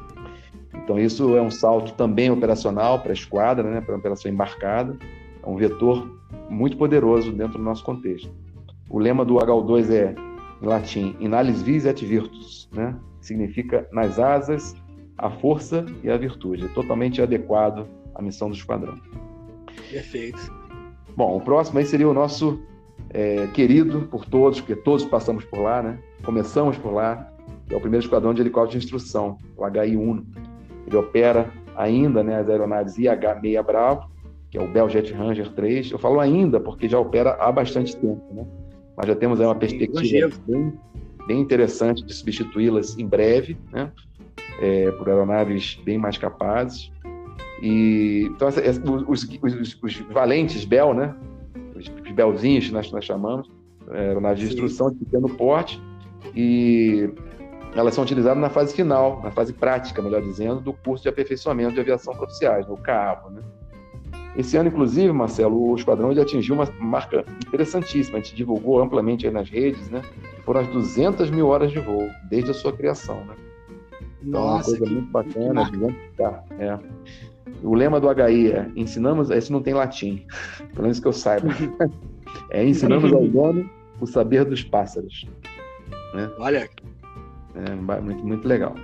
Speaker 2: Então isso é um salto também operacional para a esquadra, né, para a operação embarcada, é um vetor muito poderoso dentro do nosso contexto. O lema do H U dois é, em latim, inalis vis et virtus, né, que significa nas asas, a força e a virtude, é totalmente adequado à missão do esquadrão.
Speaker 1: Perfeito.
Speaker 2: Bom, o próximo aí seria o nosso é, querido por todos, porque todos passamos por lá, né? Começamos por lá, que é o primeiro esquadrão de helicóptero de instrução, o H I Uno. Ele opera ainda, né, as aeronaves I H seis Bravo, que é o Bell Jet Ranger três. Eu falo ainda porque já opera há bastante tempo, né? Mas já temos aí uma perspectiva bem, bem interessante de substituí-las em breve, né? É, por aeronaves bem mais capazes. E, então, essa, os, os, os, os valentes Bell, né? Os, os Bellzinhos que nós, nós chamamos, aeronaves de instrução de pequeno porte, e elas são utilizadas na fase final, na fase prática, melhor dizendo, do curso de aperfeiçoamento de aviação para oficiais, no CAAVO, né? Esse ano, inclusive, Marcelo, o esquadrão ele atingiu uma marca interessantíssima, a gente divulgou amplamente aí nas redes, né? Foram as duzentas mil horas de voo, desde a sua criação, né? Então, nossa, é uma coisa que, muito bacana, duzentos, tá, é. O lema do H I é, ensinamos, esse não tem latim, pelo menos que eu saiba, é ensinamos ao dono o saber dos pássaros. Né?
Speaker 1: Olha.
Speaker 2: É muito, muito legal.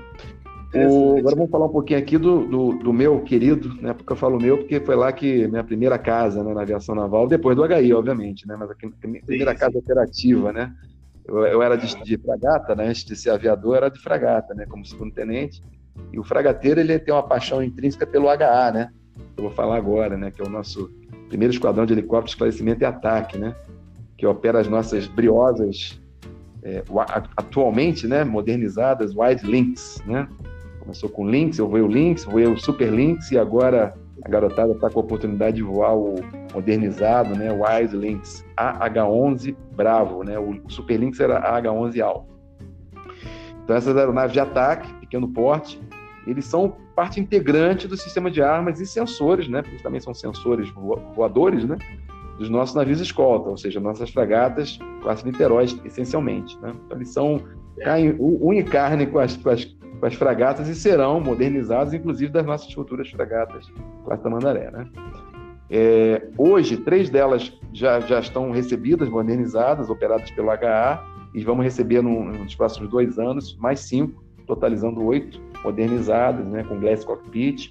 Speaker 2: O, agora vamos falar um pouquinho aqui do, do, do meu querido, né? Porque eu falo meu, porque foi lá que minha primeira casa, né, na aviação naval, depois do H I, obviamente, né? Mas a minha primeira sim, casa sim. operativa, né? Eu, eu era de, de fragata, né? Antes de ser aviador, era de fragata, né? Como segundo tenente. E o fragateiro, ele tem uma paixão intrínseca pelo H A, né? Eu vou falar agora, né? Que é o nosso primeiro esquadrão de helicóptero de esclarecimento e ataque, né? Que opera as nossas briosas, é, atualmente, né? Modernizadas Wide Lynx, né? Começou com Lynx, eu voei o Lynx, voei o Super Lynx, e agora a garotada está com a oportunidade de voar o modernizado, né? Wide Lynx A H onze Bravo, né? O Super Lynx era A H onze Alpha. Então essas aeronaves de ataque, pequeno porte, eles são parte integrante do sistema de armas e sensores, né? Porque também são sensores voadores, né? Dos nossos navios escolta, ou seja, nossas fragatas classe Niterói, essencialmente, né? Então eles são, caem unha e carne com as, com, as, com as fragatas e serão modernizados, inclusive das nossas futuras fragatas classe Tamandaré, né? É, hoje, três delas já, já estão recebidas, modernizadas, operadas pelo H A, e vamos receber no, nos próximos dois anos mais cinco, totalizando oito modernizadas, né, com Glass Cockpit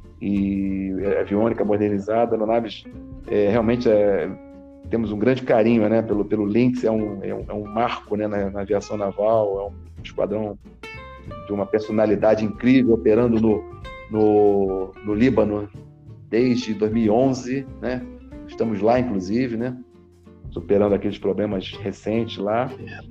Speaker 2: e aviônica modernizada, aeronaves, é, realmente é, temos um grande carinho, né, pelo, pelo Lynx, é um, é um, é um marco, né, na, na aviação naval, é um esquadrão de uma personalidade incrível, operando no, no, no Líbano desde dois mil e onze, né, estamos lá, inclusive, né, superando aqueles problemas recentes lá.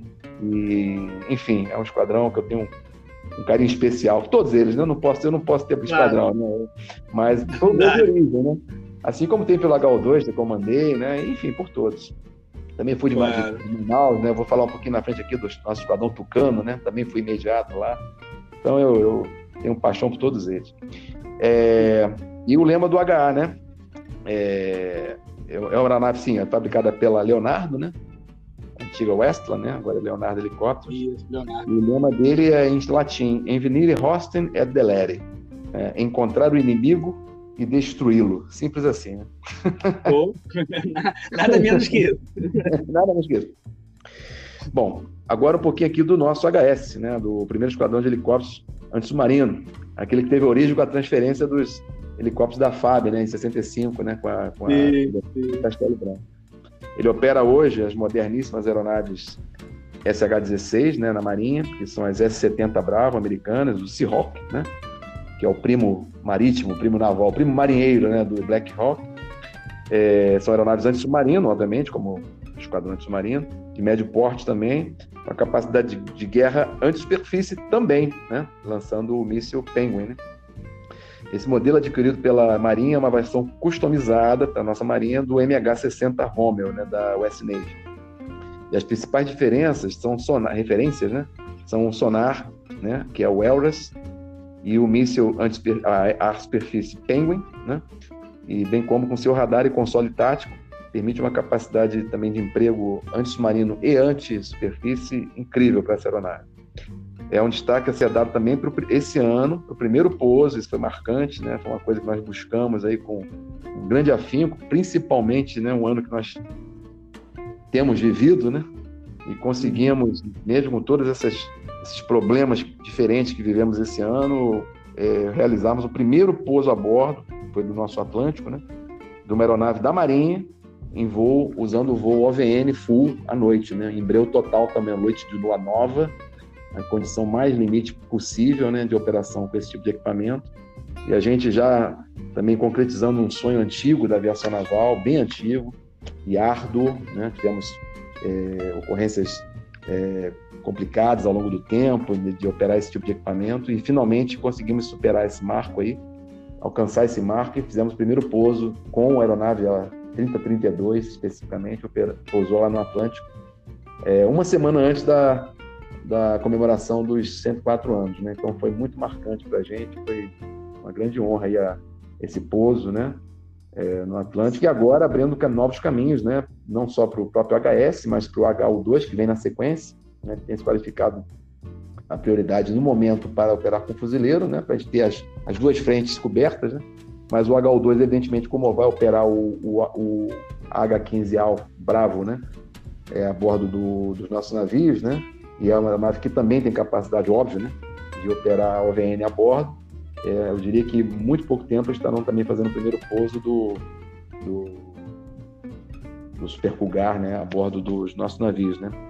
Speaker 2: E, enfim, é um esquadrão que eu tenho um, um carinho especial. Todos eles, né? Eu não posso, eu não posso ter esquadrão, né? Mas todos de origem, né? Assim como tem pelo H U dois, que eu comandei, né? Enfim, por todos. Também fui de, claro. de, de Manaus, né? Eu vou falar um pouquinho na frente aqui do nosso esquadrão Tucano, né? Também fui imediato lá. Então eu, eu tenho paixão por todos eles. É, e o lema do H A, né? É, é uma aeronave, sim, é fabricada pela Leonardo, né? Antiga Westland, né? Agora é Leonardo Helicópteros. Isso, Leonardo. E o lema dele é em latim: Envenire Hosten et delere. É, encontrar o inimigo e destruí-lo. Simples assim, né?
Speaker 1: Oh, nada menos que isso.
Speaker 2: Nada menos que isso. Bom, agora um pouquinho aqui do nosso H S, né? Do primeiro esquadrão de helicópteros antissubmarino. Aquele que teve origem com a transferência dos helicópteros da F A B, né? Em sessenta e cinco, né? Com a, com a, sim, sim. Castelo Branco. Ele opera hoje as moderníssimas aeronaves S H dezesseis, né, na Marinha, que são as S setenta Bravo americanas, o Seahawk, né, que é o primo marítimo, o primo naval, o primo marinheiro, né, do Black Hawk. É, são aeronaves antissubmarino, obviamente, como o esquadrão antissubmarino, de médio porte também, com a capacidade de, de guerra anti-superfície também, né? Lançando o míssil Penguin, né? Esse modelo adquirido pela Marinha é uma versão customizada para a nossa Marinha do M H sessenta Rommel, né, da U S Navy. E as principais diferenças são sonar, referências, né? São o sonar, né, que é o L R A S, e o míssil ar-superfície Penguin, né? E bem como com seu radar e console tático, permite uma capacidade também de emprego anti-submarino e anti-superfície incrível para essa aeronave. É um destaque a ser dado também para esse ano, para o primeiro pouso. Isso foi marcante, né? Foi uma coisa que nós buscamos aí com um grande afinco, principalmente, né, um ano que nós temos vivido, né? E conseguimos, mesmo com todos essas, esses problemas diferentes que vivemos esse ano, é, realizarmos o primeiro pouso a bordo, foi do nosso Atlântico, né? De uma aeronave da Marinha, em voo, usando o voo O V N full à noite, né? Em breu total também, à noite de lua nova, a condição mais limite possível, né, de operação com esse tipo de equipamento. E a gente já também concretizando um sonho antigo da aviação naval, bem antigo e árduo, né? Tivemos é, ocorrências é, complicadas ao longo do tempo de, de operar esse tipo de equipamento, e finalmente conseguimos superar esse marco aí, alcançar esse marco, e fizemos o primeiro pouso com a aeronave a trinta trinta e dois, especificamente, opera, pousou lá no Atlântico, é, uma semana antes da da comemoração dos cento e quatro anos, né? Então foi muito marcante para a gente, foi uma grande honra aí a, esse pouso, né? É, no Atlântico, e agora abrindo novos caminhos, né? Não só para o próprio H S, mas para o H U dois, que vem na sequência, né? Que tem se qualificado a prioridade no momento para operar com fuzileiro, né? Para a gente ter as, as duas frentes cobertas, né? Mas o H U dois, evidentemente, como vai operar o, o, o H quinze Alfa Bravo, né? É, a bordo do, dos nossos navios, né? E é uma nave que também tem capacidade, óbvia, né, de operar O V N a bordo. É, eu diria que em muito pouco tempo estarão também fazendo o primeiro pouso do, do, do Super Cougar, né, a bordo dos nossos navios, né.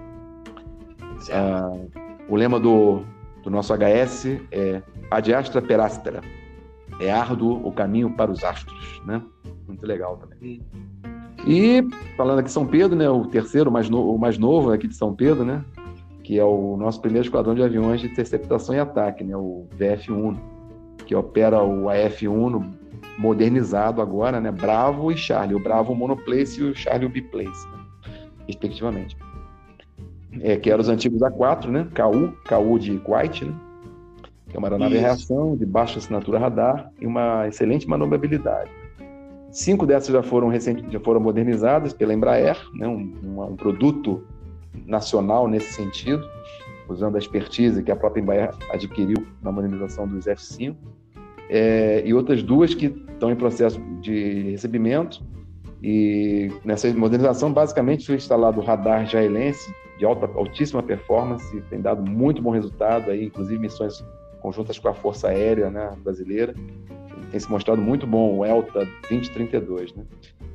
Speaker 2: Ah, o lema do, do nosso H S é Ad Astra per Astra, é árduo o caminho para os astros, né. Muito legal também. E falando aqui de São Pedro, né, o terceiro, mais no, o mais novo aqui de São Pedro, né, que é o nosso primeiro esquadrão de aviões de interceptação e ataque, né, o V F um, que opera o A F um modernizado agora, né, Bravo e Charlie, o Bravo monoplace e o Charlie o biplace, né, respectivamente. É, que eram os antigos A quatro, né, K U, K U de Kuwait, né, que é uma aeronave de reação, de baixa assinatura radar e uma excelente manobrabilidade. Cinco dessas já foram, recente, já foram modernizadas pela Embraer, né, um, um, um produto nacional nesse sentido, usando a expertise que a própria Embraer adquiriu na modernização dos F cinco, é, e outras duas que estão em processo de recebimento. E nessa modernização basicamente foi instalado o radar israelense de alta, altíssima performance, tem dado muito bom resultado, aí, inclusive missões conjuntas com a Força Aérea, né, brasileira, tem se mostrado muito bom, o ELTA vinte trinta e dois, né?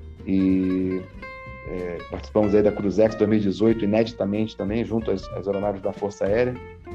Speaker 2: E É, participamos aí da Cruzex dois mil e dezoito, ineditamente também, junto às, às aeronaves da Força Aérea,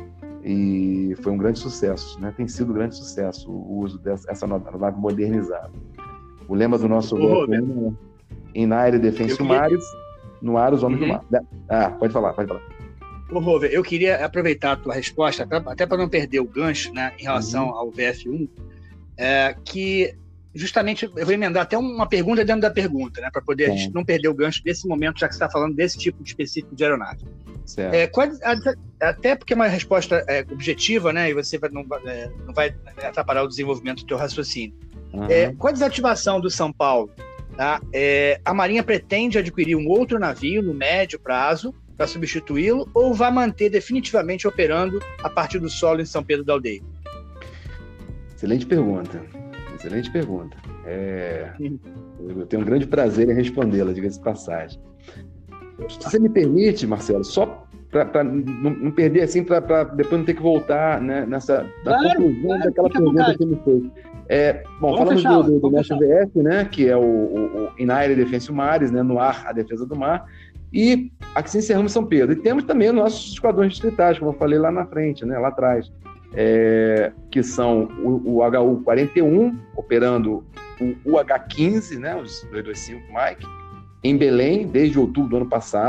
Speaker 2: e foi um grande sucesso, né? Tem sido um grande sucesso o uso dessa aeronave modernizada. O lema do nosso voto é In Air Defense queria... Mares, no ar os homens uhum. do mar. Ah, pode falar, pode falar.
Speaker 1: Ô, Rover, eu queria aproveitar a tua resposta, até para não perder o gancho, né, em relação uhum. ao V F um, é, que justamente, eu vou emendar até uma pergunta dentro da pergunta, né, para poder Sim. a gente não perder o gancho desse momento, já que você está falando desse tipo de específico de aeronave. É, qual, até porque é uma resposta é, objetiva, né, e você vai, não, é, não vai atrapalhar o desenvolvimento do teu raciocínio. Uhum. É, com a desativação do São Paulo, tá, é, a Marinha pretende adquirir um outro navio no médio prazo para substituí-lo, ou vai manter definitivamente operando a partir do solo em São Pedro da Aldeia?
Speaker 2: Excelente pergunta. Excelente pergunta. É, eu tenho um grande prazer em respondê-la, diga-se de passagem. Se você me permite, Marcelo, só para não, não perder assim, para depois não ter que voltar, né, nessa na claro, conclusão claro, daquela pergunta que me fez. É, bom, vamos falamos do, do, do nosso V F, né, que é o, o, o In Air Defense Mares, né, no ar a defesa do mar, e aqui encerramos São Pedro. E temos também os nossos esquadrões distritais, como eu falei lá na frente, né, lá atrás. É, que são o, o H U quarenta e um, operando o U H quinze, né, os duzentos e vinte e cinco Mike, em Belém, desde outubro do ano passado,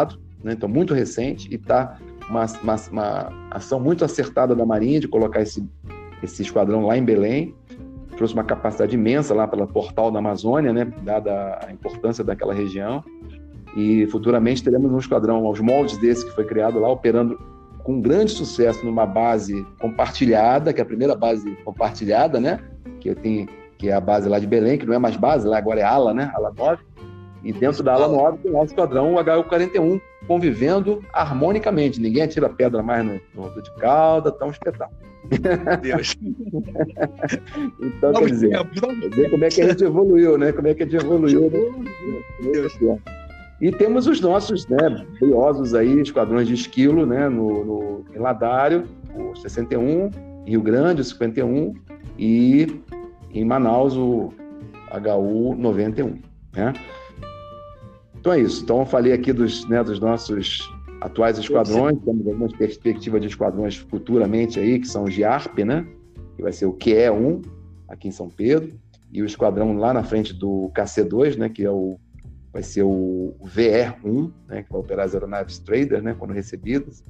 Speaker 2: né? Então muito recente, e está uma, uma, uma ação muito acertada da Marinha de colocar esse, esse esquadrão lá em Belém. Trouxe uma capacidade imensa lá pela Portal da Amazônia, né? Dada a importância daquela região, e futuramente teremos um esquadrão aos moldes desse que foi criado lá, operando com grande sucesso numa base compartilhada, que é a primeira base compartilhada, né? Que tem, que é a base lá de Belém, que não é mais base, lá agora é ala, né? Ala nove. E dentro da ala nove tem lá o esquadrão, o H U quarenta e um, convivendo harmonicamente. Ninguém atira pedra mais no, no Rio de Calda, tá um espetáculo.
Speaker 1: Deus.
Speaker 2: Então, quer dizer, ver como é que a gente evoluiu, né? Como é que a gente evoluiu. Deus. E temos os nossos, né, briosos aí, esquadrões de esquilo, né, no, no, em Ladário, o sessenta e um, Rio Grande, o cinquenta e um, e em Manaus, o H U noventa e um, né? Então é isso. Então eu falei aqui dos, né, dos nossos atuais esquadrões, temos algumas perspectivas de esquadrões futuramente aí, que são os de ARP, né, que vai ser o Q E um, aqui em São Pedro, e o esquadrão lá na frente do K C dois, né, que é o vai ser o V E um, né, que vai operar as aeronaves Trader, né, quando recebidas.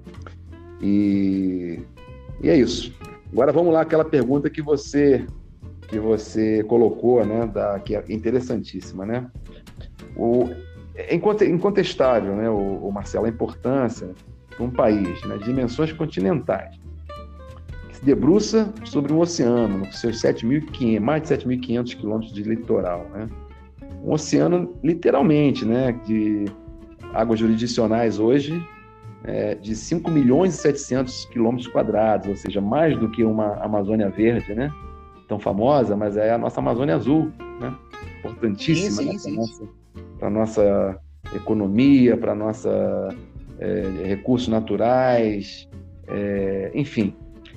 Speaker 2: E, e é isso. Agora vamos lá, aquela pergunta que você, que você colocou, né, da, que é interessantíssima, né? O, é incontestável, né, o, o Marcelo, a importância de um país, né, de dimensões continentais, que se debruça sobre um oceano, com seus sete mil e quinhentos, mais de sete mil e quinhentos quilômetros de litoral, né? Um oceano, literalmente, né, de águas jurisdicionais hoje, é, de cinco milhões e setecentos quilômetros quadrados, ou seja, mais do que uma Amazônia Verde, né, tão famosa, mas é a nossa Amazônia Azul, né, importantíssima, sim, sim, né, para a nossa, nossa economia, para a nossa é, recursos naturais, é, enfim.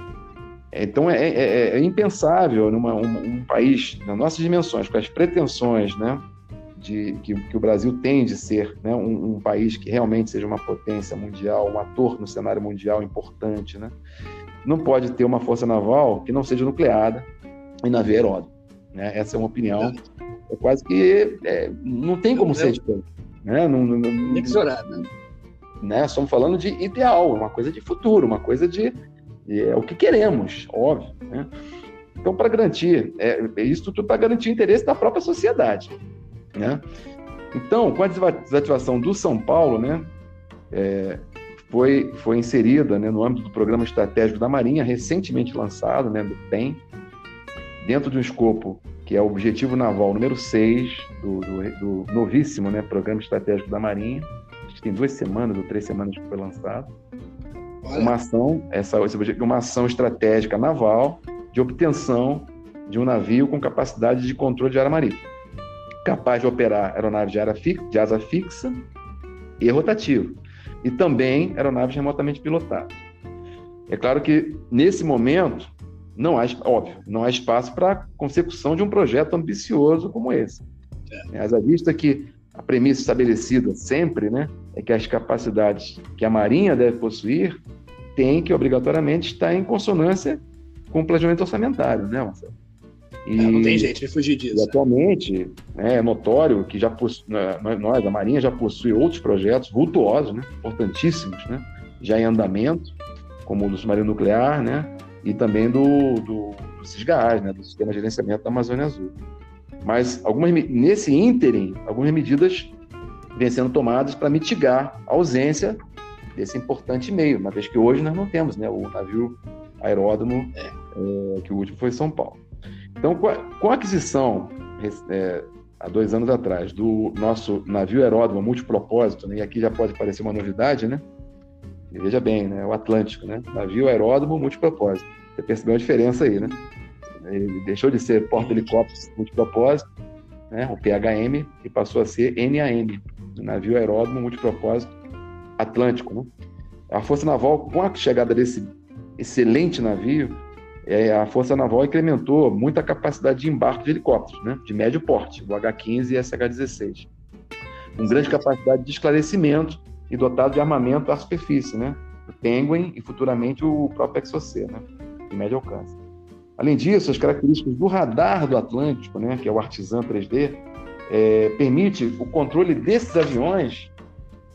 Speaker 2: Então, é, é, é impensável numa, um, um país das nossas dimensões, com as pretensões, né, de, que, que o Brasil tem de ser, né, um, um país que realmente seja uma potência mundial, um ator no cenário mundial importante, né, não pode ter uma força naval que não seja nucleada e navio aeródromo, né? Essa é uma opinião, é quase que é, não tem como ser diferente, né? Não, não, não,
Speaker 1: inexorável, né?
Speaker 2: né? Estamos falando de ideal, uma coisa de futuro, uma coisa de é o que queremos, óbvio, né? Então, para garantir, é, isso tudo para garantir o interesse da própria sociedade, né? Então, com a desativação do São Paulo, né, é, foi, foi inserida, né, no âmbito do Programa Estratégico da Marinha, recentemente lançado, né, do P E M, dentro de um escopo que é o Objetivo Naval número seis do, do, do novíssimo, né, Programa Estratégico da Marinha, acho que tem duas semanas ou três semanas que foi lançado. Uma ação, essa, uma ação estratégica naval de obtenção de um navio com capacidade de controle de área marítima, capaz de operar aeronaves de, área fi, de asa fixa e rotativa, e também aeronaves remotamente pilotadas. É claro que, nesse momento, não há, óbvio, não há espaço para a consecução de um projeto ambicioso como esse. É. Haja vista que a premissa estabelecida sempre, né, é que as capacidades que a Marinha deve possuir tem que, obrigatoriamente, estar em consonância com o planejamento orçamentário, né, Marcelo?
Speaker 1: E, é, não tem jeito de fugir disso.
Speaker 2: E, atualmente, né, é notório que já possu... nós, a Marinha, já possui outros projetos vultuosos, né, importantíssimos, né, já em andamento, como o do submarino nuclear, né, e também do, do, do SISGAAS, né, do Sistema de Gerenciamento da Amazônia Azul. Mas, algumas, nesse ínterim, algumas medidas vêm sendo tomadas para mitigar a ausência desse importante meio, uma vez que hoje nós não temos, né, o navio aeródromo, é. É, que o último foi em São Paulo. Então, com a, com a aquisição, é, há dois anos atrás, do nosso navio aeródromo multipropósito, né, e aqui já pode parecer uma novidade, né? E veja bem, né, o Atlântico, né? Navio aeródromo multipropósito. Você percebeu a diferença aí, né? Ele deixou de ser porta-helicópteros multipropósito, né, o P H M, e passou a ser N A M, navio aeródromo multipropósito Atlântico, né? A Força Naval, com a chegada desse excelente navio, é, a Força Naval incrementou muito a capacidade de embarque de helicópteros, né, de médio porte, o H quinze e S H dezesseis, com grande capacidade de esclarecimento e dotado de armamento à superfície, né, o Penguin e futuramente o próprio Exocet, né, de médio alcance. Além disso, as características do radar do Atlântico, né, que é o Artisan três D, é, permite o controle desses aviões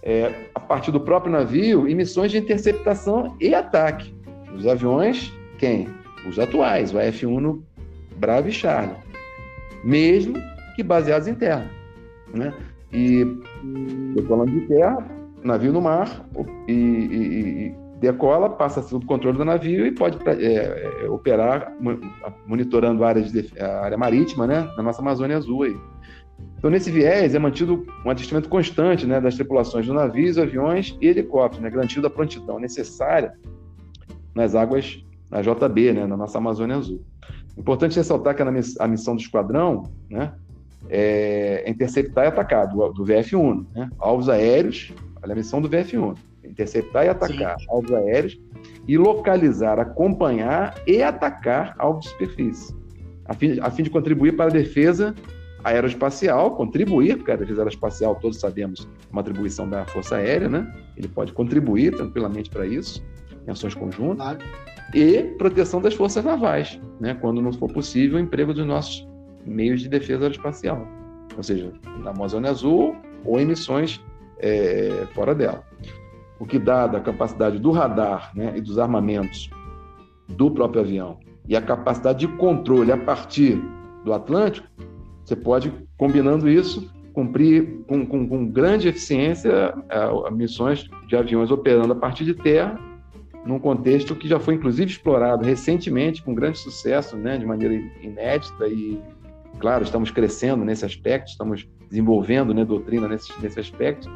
Speaker 2: é, a partir do próprio navio, em missões de interceptação e ataque. Os aviões, quem? Os atuais, o A F um Bravo e Charlie, mesmo que baseados em terra, né? E decolando de terra, navio no mar, e, e, e decola, passa sob controle do navio e pode é, é, operar monitorando a área, de, a área marítima, né, na nossa Amazônia Azul. Aí. Então, nesse viés, é mantido um adestramento constante, né, das tripulações de navios, aviões e helicópteros, né, garantindo a prontidão necessária nas águas da J B, né, na nossa Amazônia Azul. Importante ressaltar que a missão do esquadrão, né, é interceptar e atacar, do, do V F um, né, alvos aéreos, olha a missão do V F um, interceptar e atacar Sim. alvos aéreos e localizar, acompanhar e atacar alvos de superfície, a fim, a fim de contribuir para a defesa aeroespacial, contribuir, porque a defesa aeroespacial, todos sabemos, é uma atribuição da Força Aérea, né? Ele pode contribuir tranquilamente para isso, em ações conjuntas, claro. E proteção das forças navais, né? Quando não for possível, o emprego dos nossos meios de defesa aeroespacial, ou seja, na Amazônia Azul ou em missões é, fora dela. O que dá da capacidade do radar, né, e dos armamentos do próprio avião e a capacidade de controle a partir do Atlântico, você pode, combinando isso, cumprir com, com, com grande eficiência a, a missões de aviões operando a partir de terra, num contexto que já foi, inclusive, explorado recentemente, com grande sucesso, né, de maneira inédita e, claro, estamos crescendo nesse aspecto, estamos desenvolvendo, né, doutrina nesse, nesse aspecto,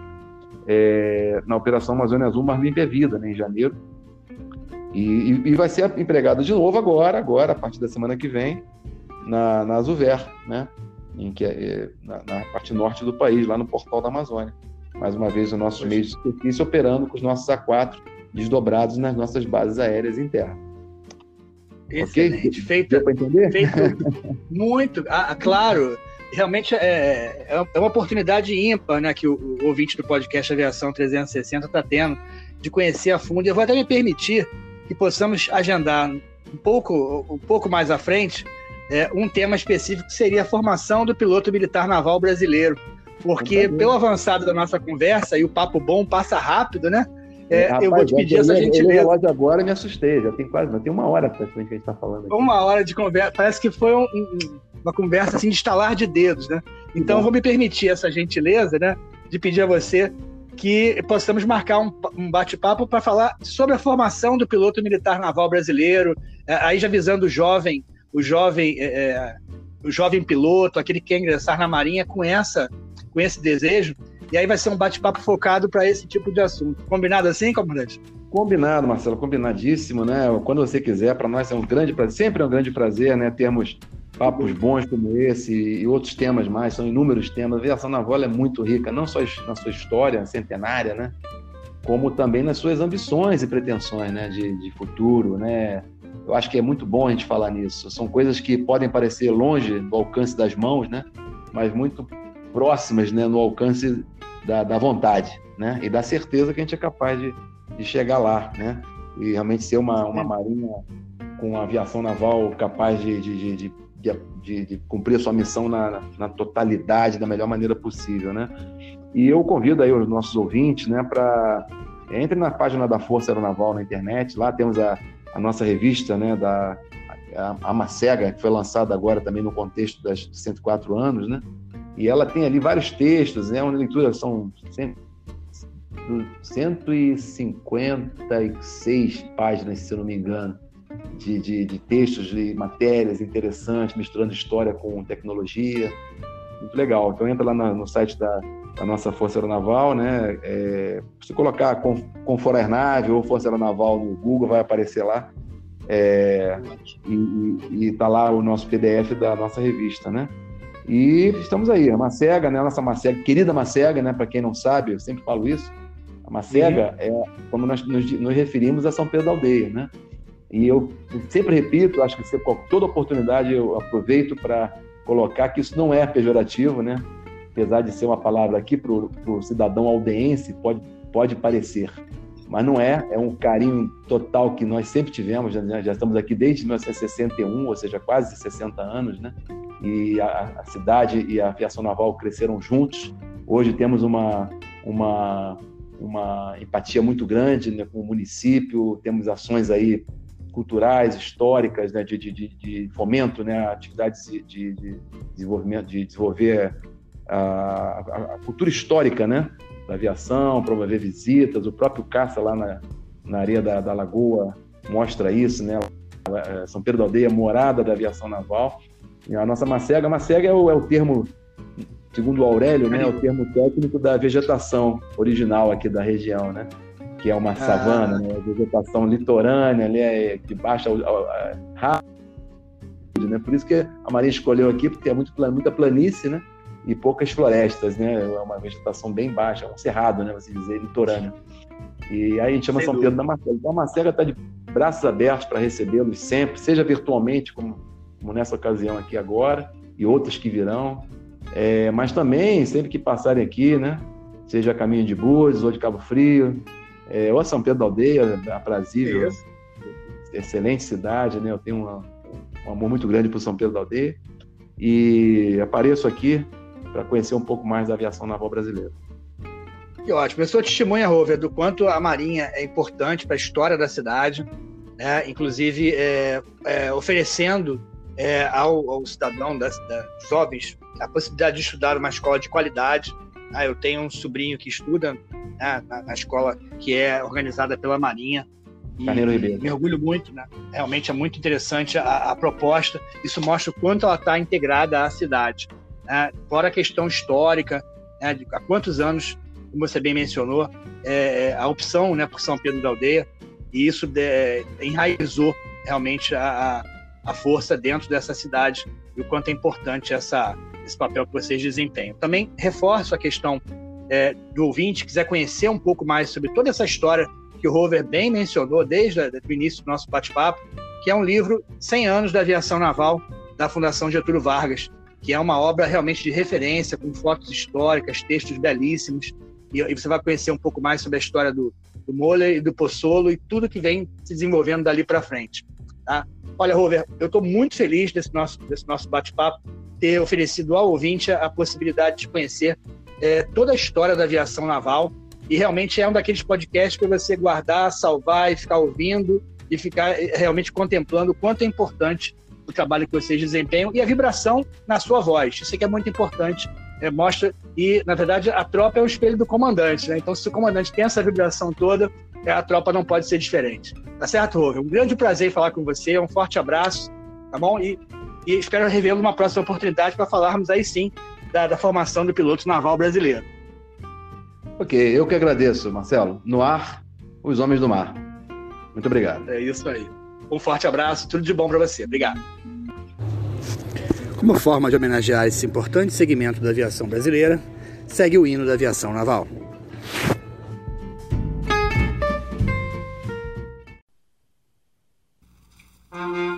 Speaker 2: é, na Operação Amazônia Azul, Mar Limpa é Vida, né, em janeiro, e, e, e vai ser empregado de novo agora, agora, a partir da semana que vem, na, na Azuver, né, em que é, na, na parte norte do país, lá no Portal da Amazônia. Mais uma vez, os nossos meios de superfície operando com os nossos A quatro desdobrados nas nossas bases aéreas em terra.
Speaker 1: Excelente. Okay? Feito,
Speaker 2: Deu para entender?
Speaker 1: Feito muito. Ah, claro, realmente é, é uma oportunidade ímpar, né, que o, o ouvinte do podcast Aviação trezentos e sessenta está tendo de conhecer a fundo. Eu vou até me permitir que possamos agendar um pouco, um pouco mais à frente É, um tema específico que seria a formação do piloto militar naval brasileiro, porque pelo avançado da nossa conversa, e o papo bom passa rápido, né? É, Rapaz, eu vou te pedir eu, essa eu, gentileza.
Speaker 2: Eu agora me assustei, já tem quase, tem uma hora praticamente que a gente está falando aqui.
Speaker 1: Uma hora de conversa, parece que foi um, um, uma conversa assim de estalar de dedos, né? Então eu vou me permitir essa gentileza, né, de pedir a você que possamos marcar um, um bate-papo para falar sobre a formação do piloto militar naval brasileiro, é, aí já visando o jovem o jovem, é, o jovem piloto, aquele que quer ingressar na Marinha com, essa, com esse desejo, e aí vai ser um bate-papo focado para esse tipo de assunto. Combinado assim, comandante?
Speaker 2: Combinado, Marcelo, combinadíssimo, né? Quando você quiser, para nós é um grande prazer, sempre é um grande prazer, né? Termos papos bons como esse e outros temas mais, são inúmeros temas. A aviação naval é muito rica, não só na sua história centenária, né? Como também nas suas ambições e pretensões, né? de, de futuro, né? Eu acho que é muito bom a gente falar nisso. São coisas que podem parecer longe do alcance das mãos, né? Mas muito próximas, né? No alcance da, da vontade, né? E da certeza que a gente é capaz de, de chegar lá, né? E realmente ser uma, uma marinha com uma aviação naval capaz de, de, de, de, de, de cumprir a sua missão na, na totalidade, da melhor maneira possível, né? E eu convido aí os nossos ouvintes, né? Para entre na página da Força Aeronaval na internet, lá temos a a nossa revista, né, da a, a Macega, que foi lançada agora também no contexto das cento e quatro anos, né, e ela tem ali vários textos, né, uma leitura, são cento e cinquenta e seis páginas, se eu não me engano, de, de, de textos, de matérias interessantes, misturando história com tecnologia, muito legal. Então entra lá no, no site da, da nossa Força Aeronaval, né? É, se colocar com, com Fora Aeronave ou Força Aeronaval no Google, vai aparecer lá. É, e está lá o nosso P D F da nossa revista, né? E estamos aí, a Macega, né? A nossa Macega, querida Macega, né? Para quem não sabe, eu sempre falo isso. A Macega uhum. é como nós nos, nos referimos a São Pedro da Aldeia, né? E eu sempre repito, acho que sempre, toda oportunidade eu aproveito para colocar que isso não é pejorativo, né? Apesar de ser uma palavra aqui para o cidadão aldeense, pode, pode parecer, mas não é, é um carinho total que nós sempre tivemos, né? Já estamos aqui desde mil novecentos e sessenta e um, ou seja, quase sessenta anos, né? E a, a cidade e a aviação naval cresceram juntos. Hoje temos uma, uma, uma empatia muito grande, né, com o município, temos ações aí culturais, históricas, né, de, de, de fomento, né, atividades de, de, de desenvolvimento, de desenvolver a, a, a cultura histórica, né, da aviação, promover visitas. O próprio caça lá na, na areia da, da lagoa mostra isso, né? São Pedro da Aldeia, morada da aviação naval. E a nossa macega, a macega é o, é o termo, segundo o Aurélio, né, é o termo técnico da vegetação original aqui da região, né? Que é uma ah. savana, né? Vegetação litorânea, ali é de baixa rápida, né? Por isso que a Marinha escolheu aqui, porque é muito, muita planície, né? E poucas florestas, né? É uma vegetação bem baixa, é um cerrado, né? Você dizer, litorâneo. E aí a gente chama Sem São dúvida. Pedro da Macega. Então a Macega está de braços abertos para recebê-los sempre, seja virtualmente, como, como nessa ocasião aqui agora, e outras que virão, é, mas também, sempre que passarem aqui, né? Seja a caminho de Búzios ou de Cabo Frio, é, ou a São Pedro da Aldeia, aprazível, Isso. excelente cidade, né? Eu tenho uma, um amor muito grande por São Pedro da Aldeia e apareço aqui para conhecer um pouco mais da aviação naval brasileira.
Speaker 1: Que ótimo. Eu sou testemunha, Rover, do quanto a Marinha é importante para a história da cidade, né? Inclusive é, é, oferecendo é, ao, ao cidadão, das, das jovens, a possibilidade de estudar uma escola de qualidade. Ah, eu tenho um sobrinho que estuda, né, na, na escola que é organizada pela Marinha. E me orgulho muito, né? Realmente é muito interessante a, a proposta. Isso mostra o quanto ela está integrada à cidade. Né? Fora a questão histórica, né, de há quantos anos, como você bem mencionou, é, a opção, né, por São Pedro da Aldeia, e isso de, enraizou realmente a, a força dentro dessa cidade e o quanto é importante essa, esse papel que vocês desempenham. Também reforço a questão é, do ouvinte, quiser conhecer um pouco mais sobre toda essa história que o Rover bem mencionou desde o início do nosso bate-papo, que é um livro cem anos da Aviação Naval, da Fundação Getúlio Vargas, que é uma obra realmente de referência, com fotos históricas, textos belíssimos, e, e você vai conhecer um pouco mais sobre a história do, do Moller e do Pozzolo e tudo que vem se desenvolvendo dali para frente. Tá? Olha, Rover, eu estou muito feliz desse nosso, desse nosso bate-papo, ter oferecido ao ouvinte a, a possibilidade de conhecer é, toda a história da aviação naval, e realmente é um daqueles podcasts para você guardar, salvar e ficar ouvindo e ficar realmente contemplando o quanto é importante o trabalho que vocês desempenham e a vibração na sua voz. Isso aqui é muito importante, é, mostra, e na verdade a tropa é o espelho do comandante, né? Então se o comandante tem essa vibração toda, a tropa não pode ser diferente. Tá certo, Rover? Um grande prazer falar com você, um forte abraço, tá bom? E, e espero revê-lo numa próxima oportunidade para falarmos aí sim da, da formação do piloto naval brasileiro.
Speaker 2: Ok, eu que agradeço, Marcelo. No ar, os homens do mar. Muito obrigado.
Speaker 1: É isso aí. Um forte abraço, tudo de bom para você. Obrigado. Como forma de homenagear esse importante segmento da aviação brasileira, segue o hino da aviação naval. Música